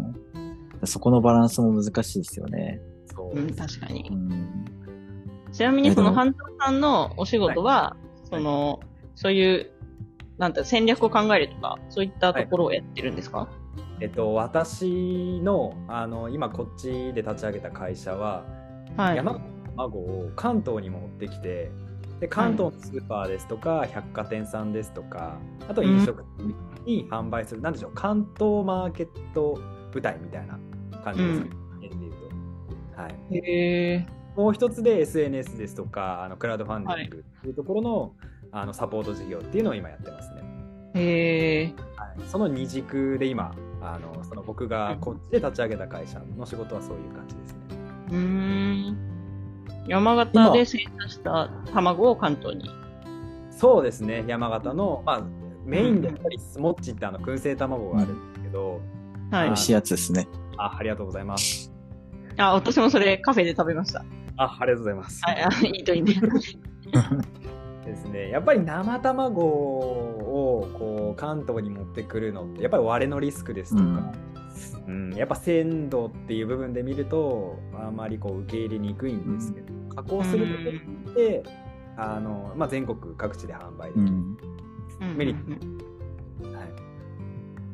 [SPEAKER 2] そこのバランスも難しいですよね。
[SPEAKER 1] そう、うん、確かに。うん、ちなみにその半藤さんのお仕事は、はい、その、はい、そういうなんて戦略を考えるとか、そういったところをやってるんですか？はい、
[SPEAKER 3] えっと、私の、あの、今こっちで立ち上げた会社は、はい、山形の卵を関東にも持ってきて、で、関東のスーパーですとか、はい、百貨店さんですとか、あと飲食店に販売する、うん、なんでしょう、関東マーケット部隊みたいな感じですね。うん、で言うと。はい。
[SPEAKER 1] へー。
[SPEAKER 3] もう一つで エスエヌエス ですとか、あのクラウドファンディングっていうところの、はい、あのサポート事業っていうのを今やってますね。
[SPEAKER 1] へー。
[SPEAKER 3] はい、その二軸で今あのその僕がこっちで立ち上げた会社の仕事はそういう感じですね。
[SPEAKER 1] うーん。山形で生産した卵を関東に。
[SPEAKER 3] そうですね。山形の、まあ、メインでやっぱりスモッチってあの燻製卵があるんですけど、
[SPEAKER 2] うん、はい、美味しいやつですね。
[SPEAKER 3] あ、ありがとうございます。
[SPEAKER 1] あ、私もそれカフェで食べました。
[SPEAKER 3] あ、ありがとうございます。
[SPEAKER 1] はい、あ、いいといいね。
[SPEAKER 3] ですね、やっぱり生卵をこう関東に持ってくるのってやっぱり割れのリスクですとか、うんうん、やっぱ鮮度っていう部分で見るとあまりこう受け入れにくいんですけど、加工することによって、あの、まあ、全国各地で販売できる、うん、メリット、はい、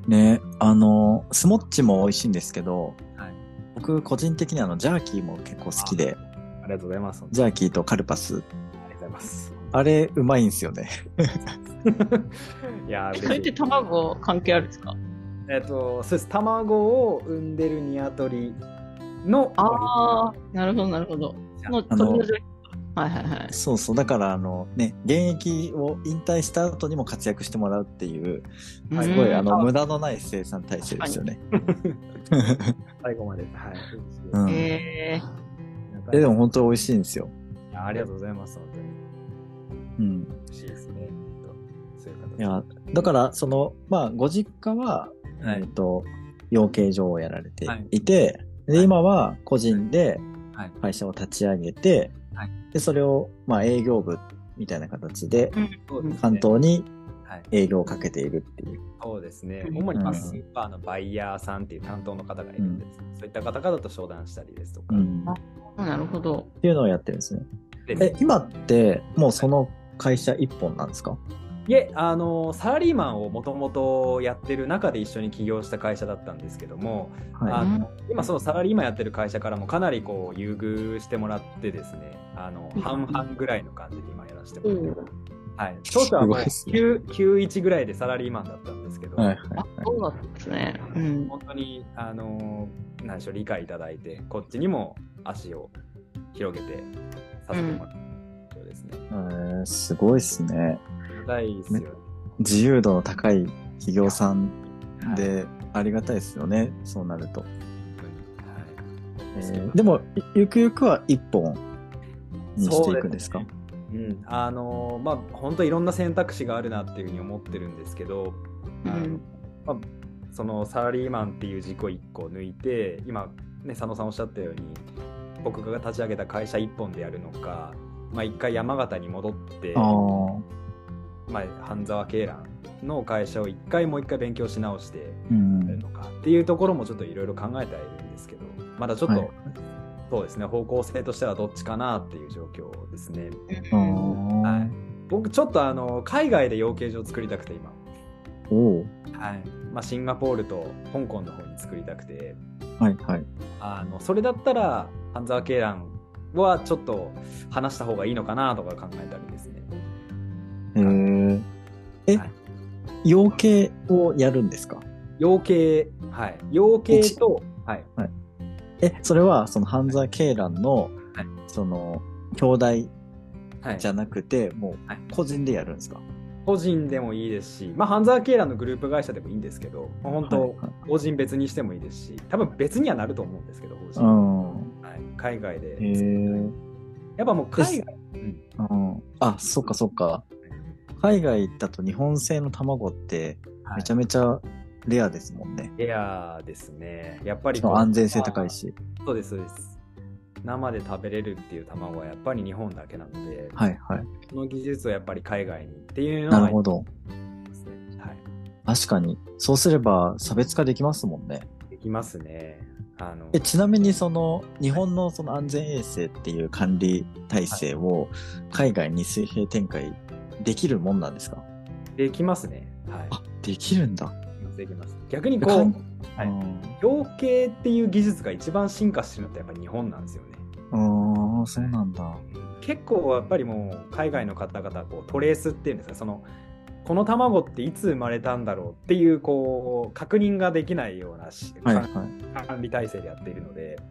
[SPEAKER 2] ね、あのスモッチも美味しいんですけど、はい、僕個人的にあのジャーキーも結構好きで、
[SPEAKER 3] あ, ありがとうございます。
[SPEAKER 2] ジャーキーとカルパス、
[SPEAKER 3] ありがとうございます。
[SPEAKER 2] あれうまいんですよね。
[SPEAKER 3] いや
[SPEAKER 1] それって卵関係あるんですか？
[SPEAKER 3] えっとそうです。卵を産んでる鶏の、
[SPEAKER 1] ああ、なるほどなるほど。の鳥のはいはいはい。
[SPEAKER 2] そうそう、だからあのね、現役を引退した後にも活躍してもらうっていう、すごいあの無駄のない生産体制ですよね。
[SPEAKER 3] 最後まで。はい。
[SPEAKER 1] うん、え
[SPEAKER 2] ー、でも本当に美味しいんですよ。
[SPEAKER 3] いや、ありがとうございます本当に。
[SPEAKER 2] うん、
[SPEAKER 3] 美味しいですね。そういう形。
[SPEAKER 2] いや、だからそのまあご実家は、はい、えっと養鶏場をやられていて、はい、で、今は個人で会社を立ち上げて、はい、で、それを、まあ、営業部みたいな形で、関東に営業をかけているっていう。
[SPEAKER 3] そうですね。主にスーパーのバイヤーさんっていう担当の方がいるんです。うん、そういった方々と商談したりですとか。うん、
[SPEAKER 1] あ、なるほど。
[SPEAKER 2] っていうのをやってるんですね。え、今ってもうその会社一本なんですか？
[SPEAKER 3] いえ、あのサラリーマンをもともとやってる中で一緒に起業した会社だったんですけども、はい、あの今そのサラリーマンやってる会社からもかなりこう優遇してもらってですね、あの半々ぐらいの感じで今やらせてもらってます。うん、はい、当初はもうきゅういちぐらいでサラリーマンだったんですけど、はいはいはい、
[SPEAKER 1] あ、そうだったんですね。うん、
[SPEAKER 3] 本当にあの何でしょう、理解いただいてこっちにも足を広げてさせてもらって、うん、そうですね。
[SPEAKER 2] えー、すごいですね。
[SPEAKER 3] いですよね。
[SPEAKER 2] 自由度の高い企業さんでありがたいですよね、はい、そうなると。はい、えー、でもゆくゆくは一本にしていくんですか？
[SPEAKER 3] うん、あのまあ本当いろんな選択肢があるなっていうふうに思ってるんですけど、うん、まあ、そのサラリーマンっていう軸をいっこ抜いて、今ね佐野さんおっしゃったように僕が立ち上げた会社一本でやるのか、まあ一回山形に戻って、まあ、半沢鶏卵の会社を一回もう一回勉強し直してやるのかっていうところもちょっといろいろ考えてはいるんですけど、まだちょっと、はい、そうですね、方向性としてはどっちかなっていう状況ですね。はい、僕ちょっとあの海外で養鶏場を作りたくて今、お、はい、まあ、シンガポールと香港の方に作りたくて、はいはい、あのそれだったら半沢鶏卵はちょっと話した方がいいのかなとか考えたりですね。
[SPEAKER 2] へー、え、はい、養鶏をやるんですか？
[SPEAKER 3] 養鶏、はい、養鶏と、はいはい、
[SPEAKER 2] え、それはその半沢鶏卵の、はい、その兄弟じゃなくて、はい、もう個人でやるんですか？
[SPEAKER 3] 個人でもいいですし、まあ、半沢鶏卵のグループ会社でもいいんですけど、本当、はいはい、法人別にしてもいいですし、多分別にはなると思うんですけど、法人、うん、はい、海外で、やっぱもう海外、
[SPEAKER 2] うん、あ、そっかそっか。海外だと日本製の卵ってめちゃめちゃレアですもんね。
[SPEAKER 3] はい、レアですね。やっぱり
[SPEAKER 2] 安全性高いし。
[SPEAKER 3] そうですそうです。生で食べれるっていう卵はやっぱり日本だけなので、
[SPEAKER 2] はいはい。
[SPEAKER 3] その技術をやっぱり海外にっていうのは、
[SPEAKER 2] なるほど。はい。確かにそうすれば差別化できますもんね。
[SPEAKER 3] できますね。あの
[SPEAKER 2] え、ちなみにその日本のその安全衛生っていう管理体制を海外に水平展開できるもんなんですか？
[SPEAKER 3] できますね。はい。
[SPEAKER 2] あ、できるんだ。
[SPEAKER 3] できます。逆にこう、はい、養鶏っていう技術が一番進化してるのってやっぱり日本なんですよね。
[SPEAKER 2] ああ、そうなんだ。
[SPEAKER 3] 結構やっぱりもう海外の方々こうトレースっていうんですか、そのこの卵っていつ生まれたんだろうっていうこう確認ができないような、はいはい、管理体制でやっているので、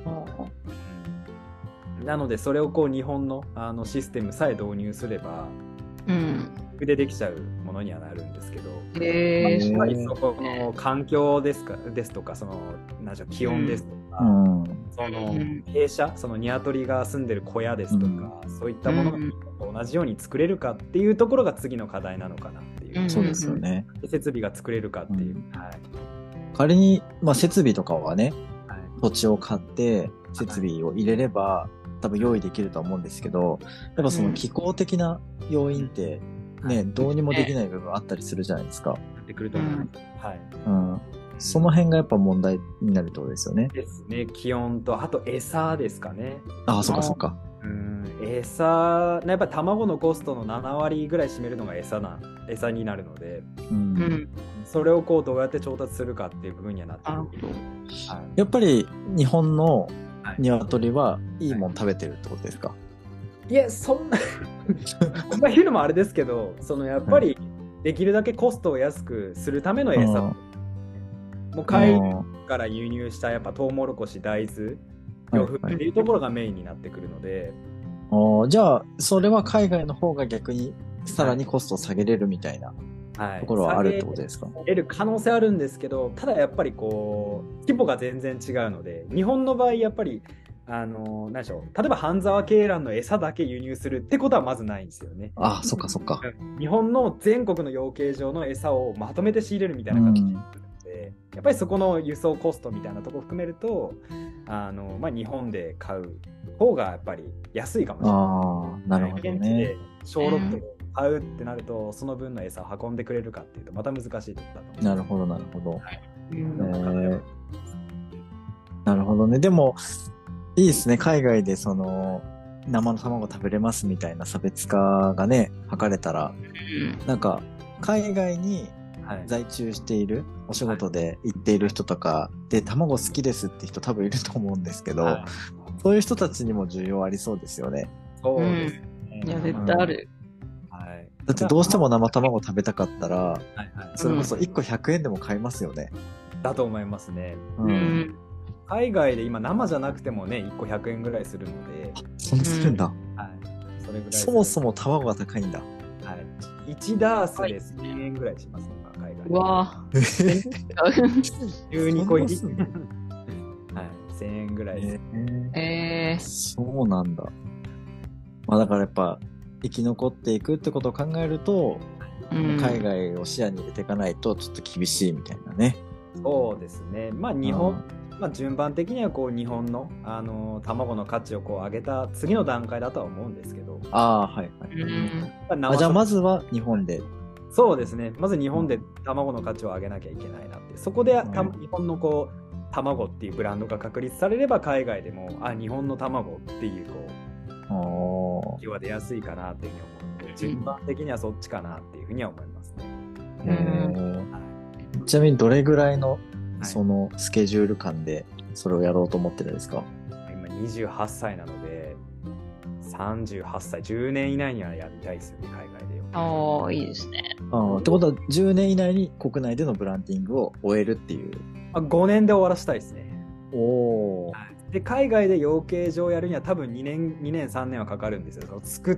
[SPEAKER 3] うん、なのでそれをこう日本のあのシステムさえ導入すれば、うん、でできちゃうものにはなるんですけど、
[SPEAKER 1] へー、
[SPEAKER 3] やっぱりそこの環境ですかですとか、そのなんでしょう、気温ですとか、うん、その傾斜、そのニワトリが住んでる小屋ですとか、うん、そういったものが同じように作れるかっていうところが次の課題なのかなっていう、
[SPEAKER 2] うん、そうですよね。
[SPEAKER 3] 設備が作れるかっていう、
[SPEAKER 2] うん、はい、仮に、まあ、設備とかはね、はい、土地を買って設備を入れれば、はい、多分用意できると思うんですけど、やっぱその気候的な要因ってね、うん、どうにもできない部分あったりするじゃないですか。
[SPEAKER 3] ってくると思います。はい。
[SPEAKER 2] うん。その辺がやっぱ問題になるってことですよね。
[SPEAKER 3] ですね。気温と、あと餌ですかね。
[SPEAKER 2] ああ、そっかそっか。
[SPEAKER 3] うん。餌、やっぱり卵のコストのななわりぐらい占めるのが餌な、餌になるので、うん、それをこうどうやって調達するかっていう部分にはなってくる。
[SPEAKER 2] はい、やっぱり日本の鶏はいいもん食べてるってことですか？はい、
[SPEAKER 3] いや、そんなまあ言うのもあれですけど、そのやっぱりできるだけコストを安くするための餌、うん、もう海外から輸入したやっぱトウモロコシ、大豆、魚粉っていうところがメインになってくるので、
[SPEAKER 2] はいはい、じゃあそれは海外の方が逆にさらにコストを下げれるみたいなところはあるってことですか？
[SPEAKER 3] 下げる可能性あるんですけど、ただやっぱりこう規模が全然違うので、日本の場合やっぱりあの何でしょう、例えば半沢鶏卵の餌だけ輸入するってことはまずないんですよね。
[SPEAKER 2] ああ、そっかそっか。
[SPEAKER 3] 日本の全国の養鶏場の餌をまとめて仕入れるみたいな形になるので、 で、やっぱりそこの輸送コストみたいなところを含めると、あの、まあ、日本で買う方がやっぱり安いかもしれない。
[SPEAKER 2] ああ、なるほどね。
[SPEAKER 3] 小ロットで買うってなると、その分の餌を運んでくれるかっていうとまた難しいところだと思う。
[SPEAKER 2] なるほどなるほど、
[SPEAKER 3] はい、
[SPEAKER 2] えー、なるほどね。でもいいですね、海外でその生の卵食べれますみたいな差別化がね図れたら、うん、なんか海外に在中しているお仕事で行っている人とかで卵好きですって人多分いると思うんですけど、はい、そういう人たちにも需要ありそうですよね。
[SPEAKER 3] そうですね、
[SPEAKER 1] うん、いや絶対ある、
[SPEAKER 2] うん、はい、だってどうしても生卵食べたかったら、はいはい、それこそいっこひゃくえんでも買いますよね、
[SPEAKER 3] うん、だと思いますね、
[SPEAKER 2] うんうん、
[SPEAKER 3] 海外で今生じゃなくてもねいっこひゃくえんぐらいするので。
[SPEAKER 2] そんなするんだ、
[SPEAKER 3] はい、それぐらい
[SPEAKER 2] そもそも卵が高いんだ。
[SPEAKER 3] はい、いちダースでせんえんぐらいしますね、海外で。
[SPEAKER 1] うわ
[SPEAKER 3] じゅうにこ入りはい、せんえんぐらいです。
[SPEAKER 1] えー、
[SPEAKER 2] そうなんだ。まあだからやっぱ生き残っていくってことを考えると、うん、海外を視野に入れていかないとちょっと厳しいみたいなね。
[SPEAKER 3] そうですね。まあ日本、まあ、順番的にはこう日本の、あのー、卵の価値をこう上げた次の段階だとは思うんですけど。
[SPEAKER 2] ああ、はいはい。うん、あじゃあまずは日本で。
[SPEAKER 3] そうですね。まず日本で卵の価値を上げなきゃいけないなって。そこでた、うん、日本のこう卵っていうブランドが確立されれば海外でもあ日本の卵っていうこう気は出やすいかなっていうふうに思うので、順番的にはそっちかなっていうふうには思いますね。
[SPEAKER 2] うん、はい、ちなみにどれぐらいのそのスケジュール感でそれをやろうと思ってるんですか？
[SPEAKER 3] 今にじゅうはっさいなのでさんじゅうはっさいじゅうねん以内にはやりたいですよね、海外でよ。
[SPEAKER 1] ああ、いいですね。
[SPEAKER 2] ああ、ってことはじゅうねん以内に国内でのブランディングを終えるっていう。
[SPEAKER 3] あ、ごねんで終わらせたいですね。
[SPEAKER 2] おお、はい。
[SPEAKER 3] で海外で養鶏場やるには多分にねんにねんさんねんはかかるんですよ。その作って、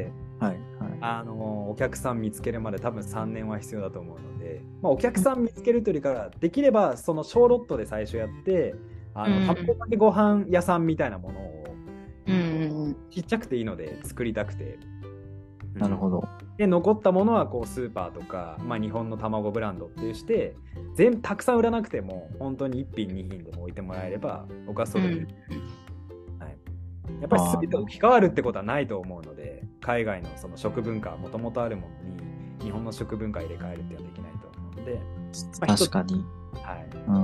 [SPEAKER 2] はいはい、
[SPEAKER 3] あのお客さん見つけるまで多分さんねんは必要だと思うので、まあ、お客さん見つけるというよりからできればその小ロットで最初やってあの、うん、卵かけご飯屋さんみたいなものを、うん、ちっちゃくていいので作りたくて、
[SPEAKER 2] うん、なるほど。
[SPEAKER 3] で残ったものはこうスーパーとか、まあ、日本の卵ブランドっていうして全たくさん売らなくても本当にいっぴんにひんでも置いてもらえれば僕はそれで、うん、はい、やっぱり全て置き換わるってことはないと思うので、海外のその食文化はもともとあるものに日本の食文化を入れ替えるっていうのはできないと思うので、
[SPEAKER 2] まあ、確かに、
[SPEAKER 3] はい、
[SPEAKER 2] うん、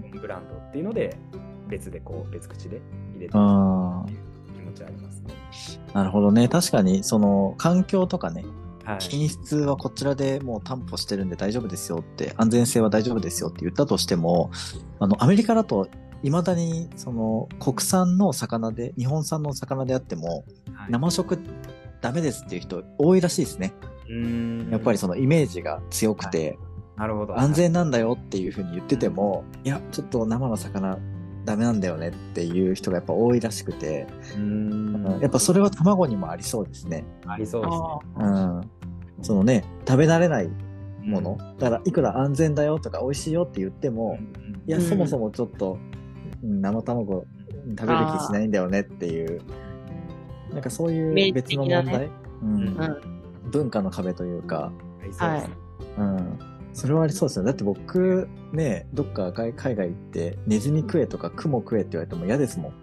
[SPEAKER 3] ブランドっていうので別でこう別口で入れていくっていう気持ちはありますね。
[SPEAKER 2] なるほどね。確かにその環境とかね、はい、品質はこちらでもう担保してるんで大丈夫ですよって、安全性は大丈夫ですよって言ったとしても、あのアメリカだと未だにその国産の魚で日本産の魚であっても、はい、生食ダメですっていう人多いらしいですね。うーん、やっぱりそのイメージが強くて、はい、
[SPEAKER 3] なるほど、
[SPEAKER 2] 安全なんだよっていう風に言ってても、いやちょっと生の魚ダメなんだよねっていう人がやっぱ多いらしくて、うーん、やっぱそれは卵にもありそうですね。
[SPEAKER 3] ありそうです
[SPEAKER 2] ね。うん、そのね食べ慣れないもの、うん、だからいくら安全だよとか美味しいよって言っても、うん、いやそもそもちょっと、うん、生卵食べる気しないんだよねっていう、なんかそういう別の問題、ね、うんうん、文化の壁というか、
[SPEAKER 1] はい、
[SPEAKER 2] うん、それはありそうですよ。だって僕ね、どっか海外行ってネズミ食えとかクモ食えって言われても嫌ですもん。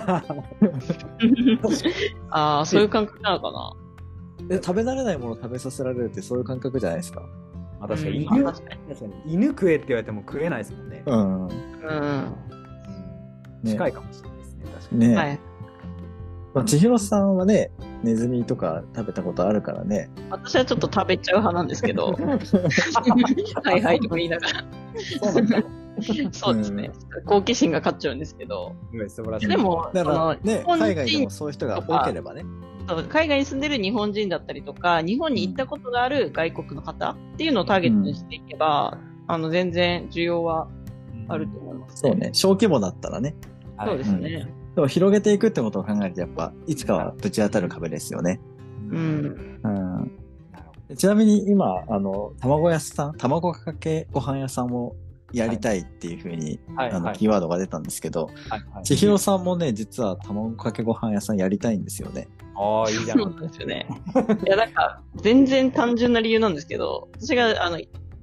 [SPEAKER 1] ああ、そういう感覚なのかな。
[SPEAKER 2] で食べ慣れないもの食べさせられるってそういう感覚じゃないですか。
[SPEAKER 3] あ、確かに犬、うん、確かに犬食えって言われても食えないですもんね。
[SPEAKER 2] うん。うん。
[SPEAKER 3] ね、近いかもしれないですね。確かに。
[SPEAKER 2] ね。
[SPEAKER 1] はい。
[SPEAKER 2] まあ、千尋さんはね、ネズミとか食べたことあるからね。
[SPEAKER 1] 私はちょっと食べちゃう派なんですけど。はいはいとか言いながら。そうなんだ。そうですね。うん、好奇心が勝っちゃうんですけど。でも、
[SPEAKER 2] だからね、海外でもそういう人が多ければね。
[SPEAKER 1] 海外に住んでる日本人だったりとか、日本に行ったことがある外国の方っていうのをターゲットにしていけば、うん、あの全然需要はあると思います、
[SPEAKER 2] ね。そうね。小規模だったらね。
[SPEAKER 1] そうですね。
[SPEAKER 2] うん、でも広げていくってことを考えると、やっぱいつかはぶち当たる壁ですよね。
[SPEAKER 1] うん。
[SPEAKER 2] うん、ちなみに今、あの、卵屋さん、卵かけご飯屋さんをやりたいっていう風に、はい、あの、はい、キーワードが出たんですけど、はいはい、千尋さんもね、実は卵かけご飯屋さんやりたいんですよね。
[SPEAKER 3] ああ、いいじゃん。
[SPEAKER 1] そうなんですよね。いや、なんか、全然単純な理由なんですけど、私が、あの、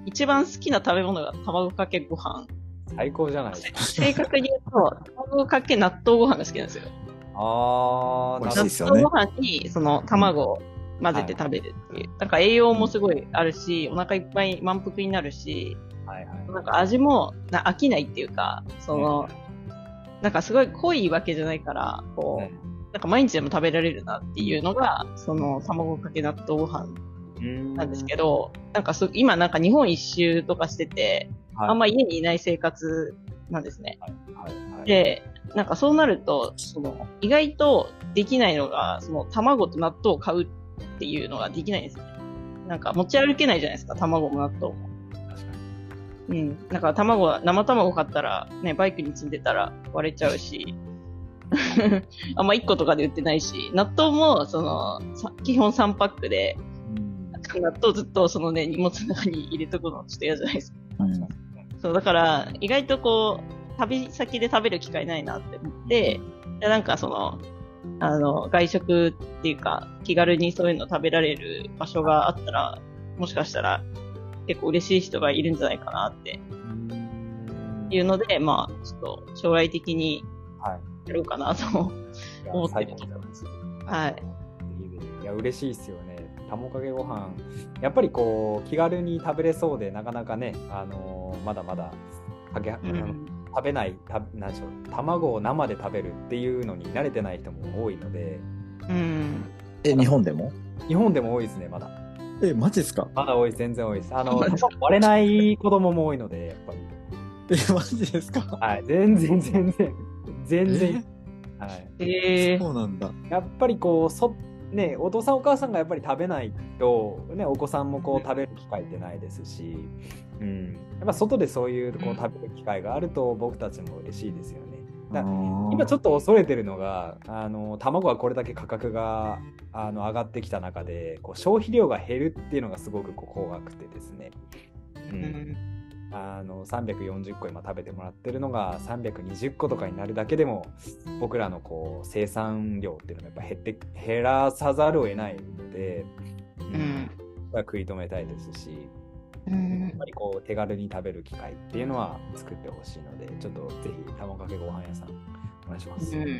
[SPEAKER 1] 一番好きな食べ物が卵かけご飯。
[SPEAKER 3] 最高じゃないですか。
[SPEAKER 1] 正確に言うと、卵かけ納豆ご飯が好きなんですよ。
[SPEAKER 3] あー、
[SPEAKER 2] 美味しいですよね。
[SPEAKER 1] 納豆ご飯にその卵を混ぜて食べるっていう。なんか栄養もすごいあるし、お腹いっぱい満腹になるし、はいはい、なんか味もな飽きないっていうか、その、ね、なんかすごい濃いわけじゃないから、こう、ね、なんか毎日でも食べられるなっていうのが、その卵かけ納豆ご飯なんですけど、なんかそ今なんか日本一周とかしてて、はい、あんま家にいない生活なんですね。はいはいはい、で、なんかそうなると、その意外とできないのが、その卵と納豆を買うっていうのができないんですよね。なんか持ち歩けないじゃないですか、卵も納豆も。うん。だから卵は、生卵買ったら、ね、バイクに積んでたら割れちゃうし、あんまいっことかで売ってないし、納豆も、その、基本さんパックで、納豆ずっとそのね、荷物の中に入れとくのちょっと嫌じゃないですか。うん、そう、だから、意外とこう、旅先で食べる機会ないなって思って、でなんかその、あの、外食っていうか、気軽にそういうの食べられる場所があったら、もしかしたら、結構嬉しい人がいるんじゃないかなっていうので、まあ、ちょっと将来的にやろうかなと思ってるところです。はい。
[SPEAKER 3] いや、嬉しいですよね。卵かけご飯。やっぱりこう、気軽に食べれそうで、なかなかね、あのー、まだまだかけ、うん、食べない、たなんでしょう、卵を生で食べるっていうのに慣れてない人も多いので。
[SPEAKER 1] うん、
[SPEAKER 2] え、日本でも
[SPEAKER 3] 日本でも多いですね、まだ。
[SPEAKER 2] え、マジですか？
[SPEAKER 3] まだ多いです、全然多いです。あの、割れない子供も多いので、やっぱり。
[SPEAKER 2] え、マジですか？
[SPEAKER 3] はい、全然、全然、全然。はい。
[SPEAKER 1] えー、
[SPEAKER 2] そうなんだ。
[SPEAKER 3] やっぱりこう、そ、ね、お父さんお母さんがやっぱり食べないと、ね、お子さんもこう食べる機会ってないですし、うん。やっぱ外でそういうこう食べる機会があると、僕たちも嬉しいですよね。だ今ちょっと恐れてるのが、あの卵がこれだけ価格があの上がってきた中でこう消費量が減るっていうのがすごくこう怖くてですね、うんうん、あのさんびゃくよんじゅっこ今食べてもらってるのがさんびゃくにじゅっことかになるだけでも僕らのこう生産量っていうのがやっぱ減って減らさざるを得ないので、うん、食い止めたいですし、やっぱりこう手軽に食べる機会っていうのは作ってほしいので、ちょっとぜひ卵かけご飯屋さんお願いします。うん、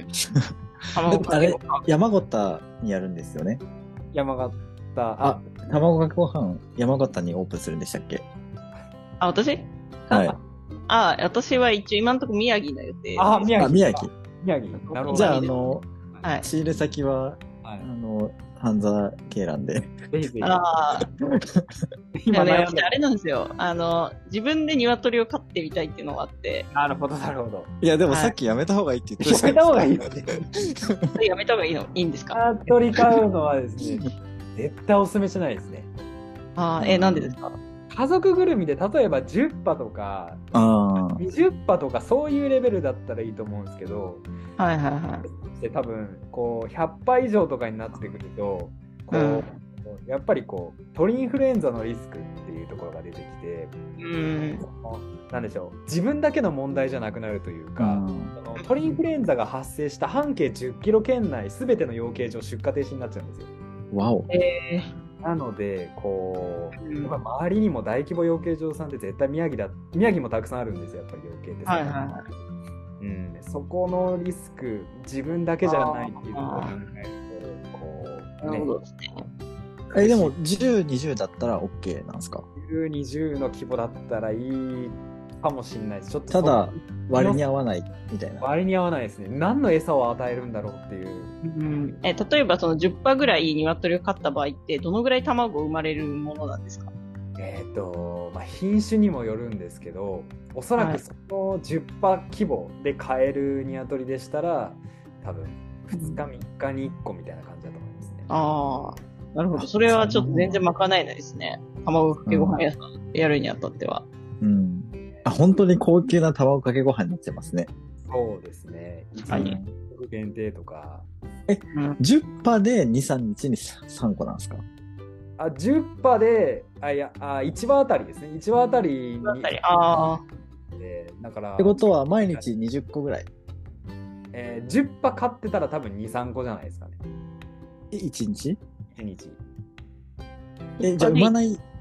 [SPEAKER 2] あれ山形にやるんですよね。
[SPEAKER 3] 山形、
[SPEAKER 2] あ、卵かけご飯山形にオープンするんでしたっけ？
[SPEAKER 1] あ、私？
[SPEAKER 2] はい。
[SPEAKER 1] あ、私は一応今のところ宮城の予定。
[SPEAKER 3] あ、宮城。
[SPEAKER 2] 宮城。
[SPEAKER 3] 宮城。なるほど。
[SPEAKER 2] じゃああの、
[SPEAKER 1] はい、
[SPEAKER 2] 仕入れ先は、はい、あの。半沢鶏卵で。
[SPEAKER 1] ああ。今ね、あれなんですよ。あの、自分で鶏を飼ってみたいっていうのがあって。
[SPEAKER 3] なるほど、なるほど。
[SPEAKER 2] いや、でもさっきやめた方がいいって言って
[SPEAKER 3] た、はい、やめた方がいいよ
[SPEAKER 1] ね。やめた方がいいのいいんですか？
[SPEAKER 3] 鶏飼うのはですね、絶対お勧めしないですね。
[SPEAKER 1] ああ、え、なんでですか？
[SPEAKER 3] 家族ぐるみで例えばじゅっぱとかにじゅっぱとかそういうレベルだったらいいと思うんですけど、
[SPEAKER 1] はいはいはい。
[SPEAKER 3] で多分こうひゃっぱ以上とかになってくるとこう、うん、やっぱりこう鳥インフルエンザのリスクっていうところが出てきて、
[SPEAKER 1] うん、
[SPEAKER 3] なんでしょう、自分だけの問題じゃなくなるというか、うん、その鳥インフルエンザが発生した半径じゅっキロ圏内すべての養鶏場出荷停止になっちゃうんですよ。
[SPEAKER 2] わお。
[SPEAKER 1] えー
[SPEAKER 3] なのでこう、やっぱ周りにも大規模養鶏場さんって絶対宮城だ宮城もたくさんあるんですよ、やっぱり養鶏って、
[SPEAKER 1] はいはいはい、
[SPEAKER 3] うん、そこのリスク自分だけじゃないっていうのを考えるとこう、
[SPEAKER 1] ね、なるほどですね。
[SPEAKER 2] えでもじゅう、にじゅうだったら OK なんですか？
[SPEAKER 3] じゅう、にじゅうの規模だったらいいかもしれないです。ちょっと
[SPEAKER 2] ただ割に合わないみたいな。
[SPEAKER 3] 割に合わないですね。何の餌を与えるんだろうっていう。
[SPEAKER 1] うん、え例えばそのじゅっぱぐらい鶏を飼った場合ってどのぐらい卵生まれるものなんですか？
[SPEAKER 3] えっと、まあ、品種にもよるんですけど、おそらくそのじゅっぱ規模で飼える鶏でしたら、多分ふつかみっかにいっこみたいな感じだと思いますね。
[SPEAKER 1] ああ、なるほど。それはちょっと全然賄えないですね。卵かけご飯屋さんやるにあたっては。
[SPEAKER 2] うん。あ、本当に高級な卵かけご飯になってますね。
[SPEAKER 3] そうですね。
[SPEAKER 1] はい。
[SPEAKER 3] 限定とか。
[SPEAKER 2] え、うん、じゅっぱでに、さんにちにさんこなんですか？
[SPEAKER 3] あ、じゅっぱで、あ、いや、あ、いちわあたりですね。いちわあたりに。
[SPEAKER 1] ああ。
[SPEAKER 3] で、だから。
[SPEAKER 2] ってことは、毎日にじゅっこぐらい。
[SPEAKER 3] えー、じゅっぱ買ってたら多分に、さんこじゃないですかね。
[SPEAKER 2] え、いちにち？
[SPEAKER 3] いちにち。
[SPEAKER 2] え、じゃあ産まない、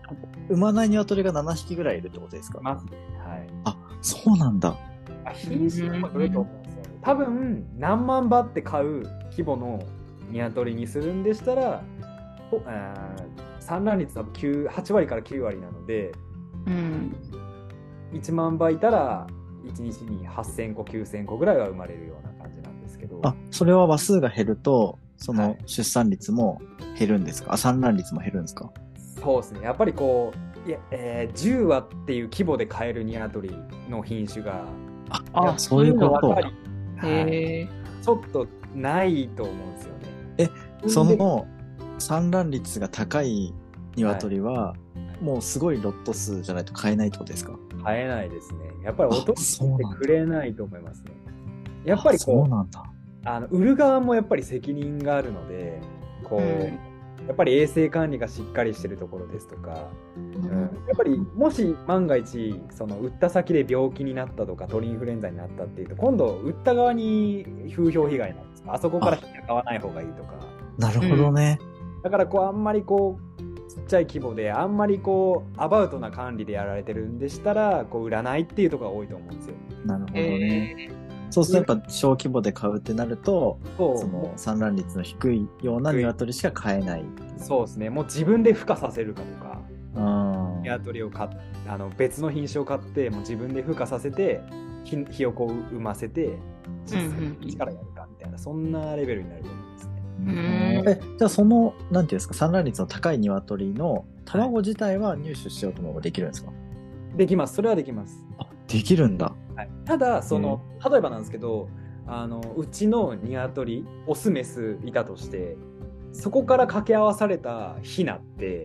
[SPEAKER 2] 産まない鶏がななひきぐらいいるってことですか？
[SPEAKER 3] ますね。はい。
[SPEAKER 2] あ、そうなんだ。
[SPEAKER 3] あ、品種にもよると思うんですよね。多分、何万羽って買う規模の鶏にするんでしたら、産卵率多分きゅう、はち割からきゅう割なので、
[SPEAKER 1] うん、
[SPEAKER 3] いちまん羽いたら、いちにちにはっせんこ、きゅうせんこぐらいは生まれるような感じなんですけど。
[SPEAKER 2] あ、それは羽数が減ると、その出産率も減るんですか？はい、あ、産卵率も減るんですか？
[SPEAKER 3] そうですね。やっぱりこう、いや、えー、じゅう羽っていう規模で買える鶏の品種が、
[SPEAKER 2] ああ、そういうこと。
[SPEAKER 3] はい、ちょっとないと思うんですよね。
[SPEAKER 2] え、その産卵率が高い鶏は、はい、もうすごいロット数じゃないと買えないってことですか？
[SPEAKER 3] 買えないですね。やっぱり落としてくれないと思いますね。やっぱりこう、そうなんだ。あの売る側もやっぱり責任があるので、こう、うん、やっぱり衛生管理がしっかりしてるところですとか、うんうん、やっぱりもし万が一その売った先で病気になったとか鳥インフルエンザになったっていうと、今度売った側に風評被害なんですか？あそこから買わない方がいいとか。
[SPEAKER 2] なるほどね。
[SPEAKER 3] うん、だからこうあんまりこうちっちゃい規模であんまりこうアバウトな管理でやられてるんでしたら、こう売らないっていうところが多いと思うんですよ。
[SPEAKER 2] なるほどね。えーそうするとやっぱ小規模で買うってなると、その産卵率の低いような鶏しか買えない。
[SPEAKER 3] そうですね。もう自分で孵化させるかとか、鶏を買っあの別の品種を買ってもう自分で孵化させて ひ, ひよこを産ませて実際に一からやるかみたいな、うんうん、そんなレベルになると思うんですね。
[SPEAKER 2] うんえじゃあそのなんていうんですか、産卵率の高い鶏の卵自体は入手しようと思えばできるんですか？
[SPEAKER 3] できます。それはできます。
[SPEAKER 2] あ、できるんだ。
[SPEAKER 3] はい、ただその例えばなんですけど、あのうちの鶏オスメスいたとして、そこから掛け合わされたヒナって、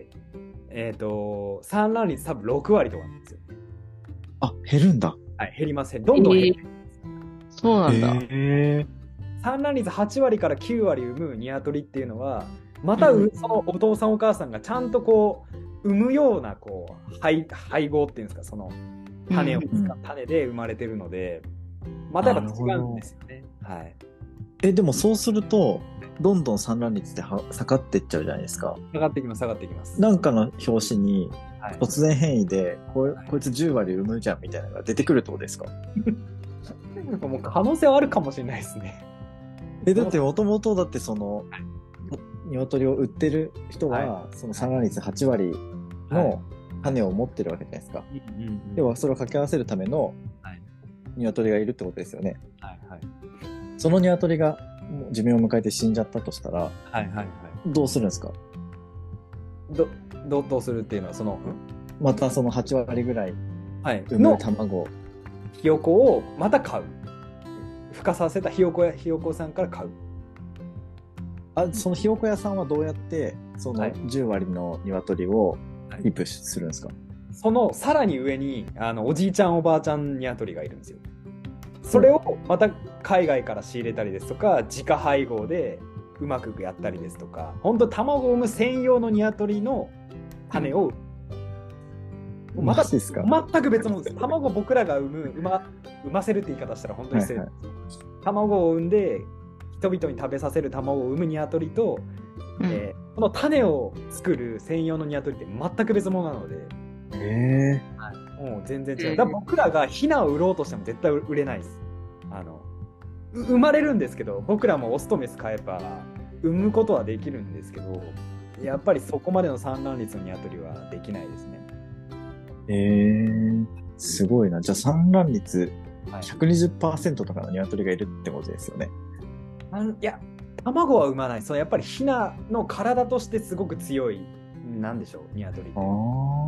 [SPEAKER 3] えーと、産卵率多分ろく割とかなんですよ。
[SPEAKER 2] あ、減るんだ。
[SPEAKER 3] はい、減りません。どんどん減る、
[SPEAKER 1] えー、そうなんだ。
[SPEAKER 2] えー、
[SPEAKER 3] 産卵率はち割からきゅう割産む鶏っていうのは、また、うん、そのお父さんお母さんがちゃんとこう産むようなこう 配, 配合っていうんですか、その種を使った種で生まれてるので、うん、またやっぱ違うんですよね。はい。
[SPEAKER 2] え、でもそうするとどんどん産卵率って下がっていっちゃうじゃないですか。
[SPEAKER 3] 下がっていきます、下がっていきます。
[SPEAKER 2] なんかの表紙に突然変異で、はい、こ, こいつじゅう割産むじゃんみたいなのが出てくるってことですか？
[SPEAKER 3] もう可能性はあるかもしれないですね。
[SPEAKER 2] え、だってもともとだってその鶏を売ってる人は、はい、その産卵率はち割の種を持ってるわけじゃないですか。はい、要はそれを掛け合わせるための鶏がいるってことですよね。はいはい、その鶏がもう寿命を迎えて死んじゃったとしたら、はいはいはい、どうするんですか？
[SPEAKER 3] ど ど, どうするっていうのはその
[SPEAKER 2] またそのはち割ぐらい産む卵を、はい、
[SPEAKER 3] ひよこをまた買う。孵化させたひよこやひよこさんから買う。
[SPEAKER 2] あ、そのひよこ屋さんはどうやってそのじゅう割の鶏をリプするんですか？はい、
[SPEAKER 3] そのさらに上にあのおじいちゃんおばあちゃん鶏がいるんですよ。それをまた海外から仕入れたりですとか、自家配合でうまくやったりですとか、本当卵を産む専用の鶏の種を、うん、またですか？全く別物です。卵を僕らが産む、産ま、産ませるって言い方したら本当に失礼です。はいはい、卵を産んで人々に食べさせる卵を産む鶏と、うんえー、この種を作る専用の鶏って全く別物なので、
[SPEAKER 2] へー、
[SPEAKER 3] はい、もう全然違う。だから僕らがヒナを売ろうとしても絶対売れないです。あの生まれるんですけど、僕らもオスとメス買えば産むことはできるんですけど、やっぱりそこまでの産卵率の鶏はできないですね。
[SPEAKER 2] えー、すごいな。じゃあ産卵率 ひゃくにじゅっパーセント とかの鶏がいるってことですよね。
[SPEAKER 3] あいや、卵は産まない。そのやっぱりヒナの体としてすごく強い、なんでしょう、鶏って。あ、
[SPEAKER 2] はい、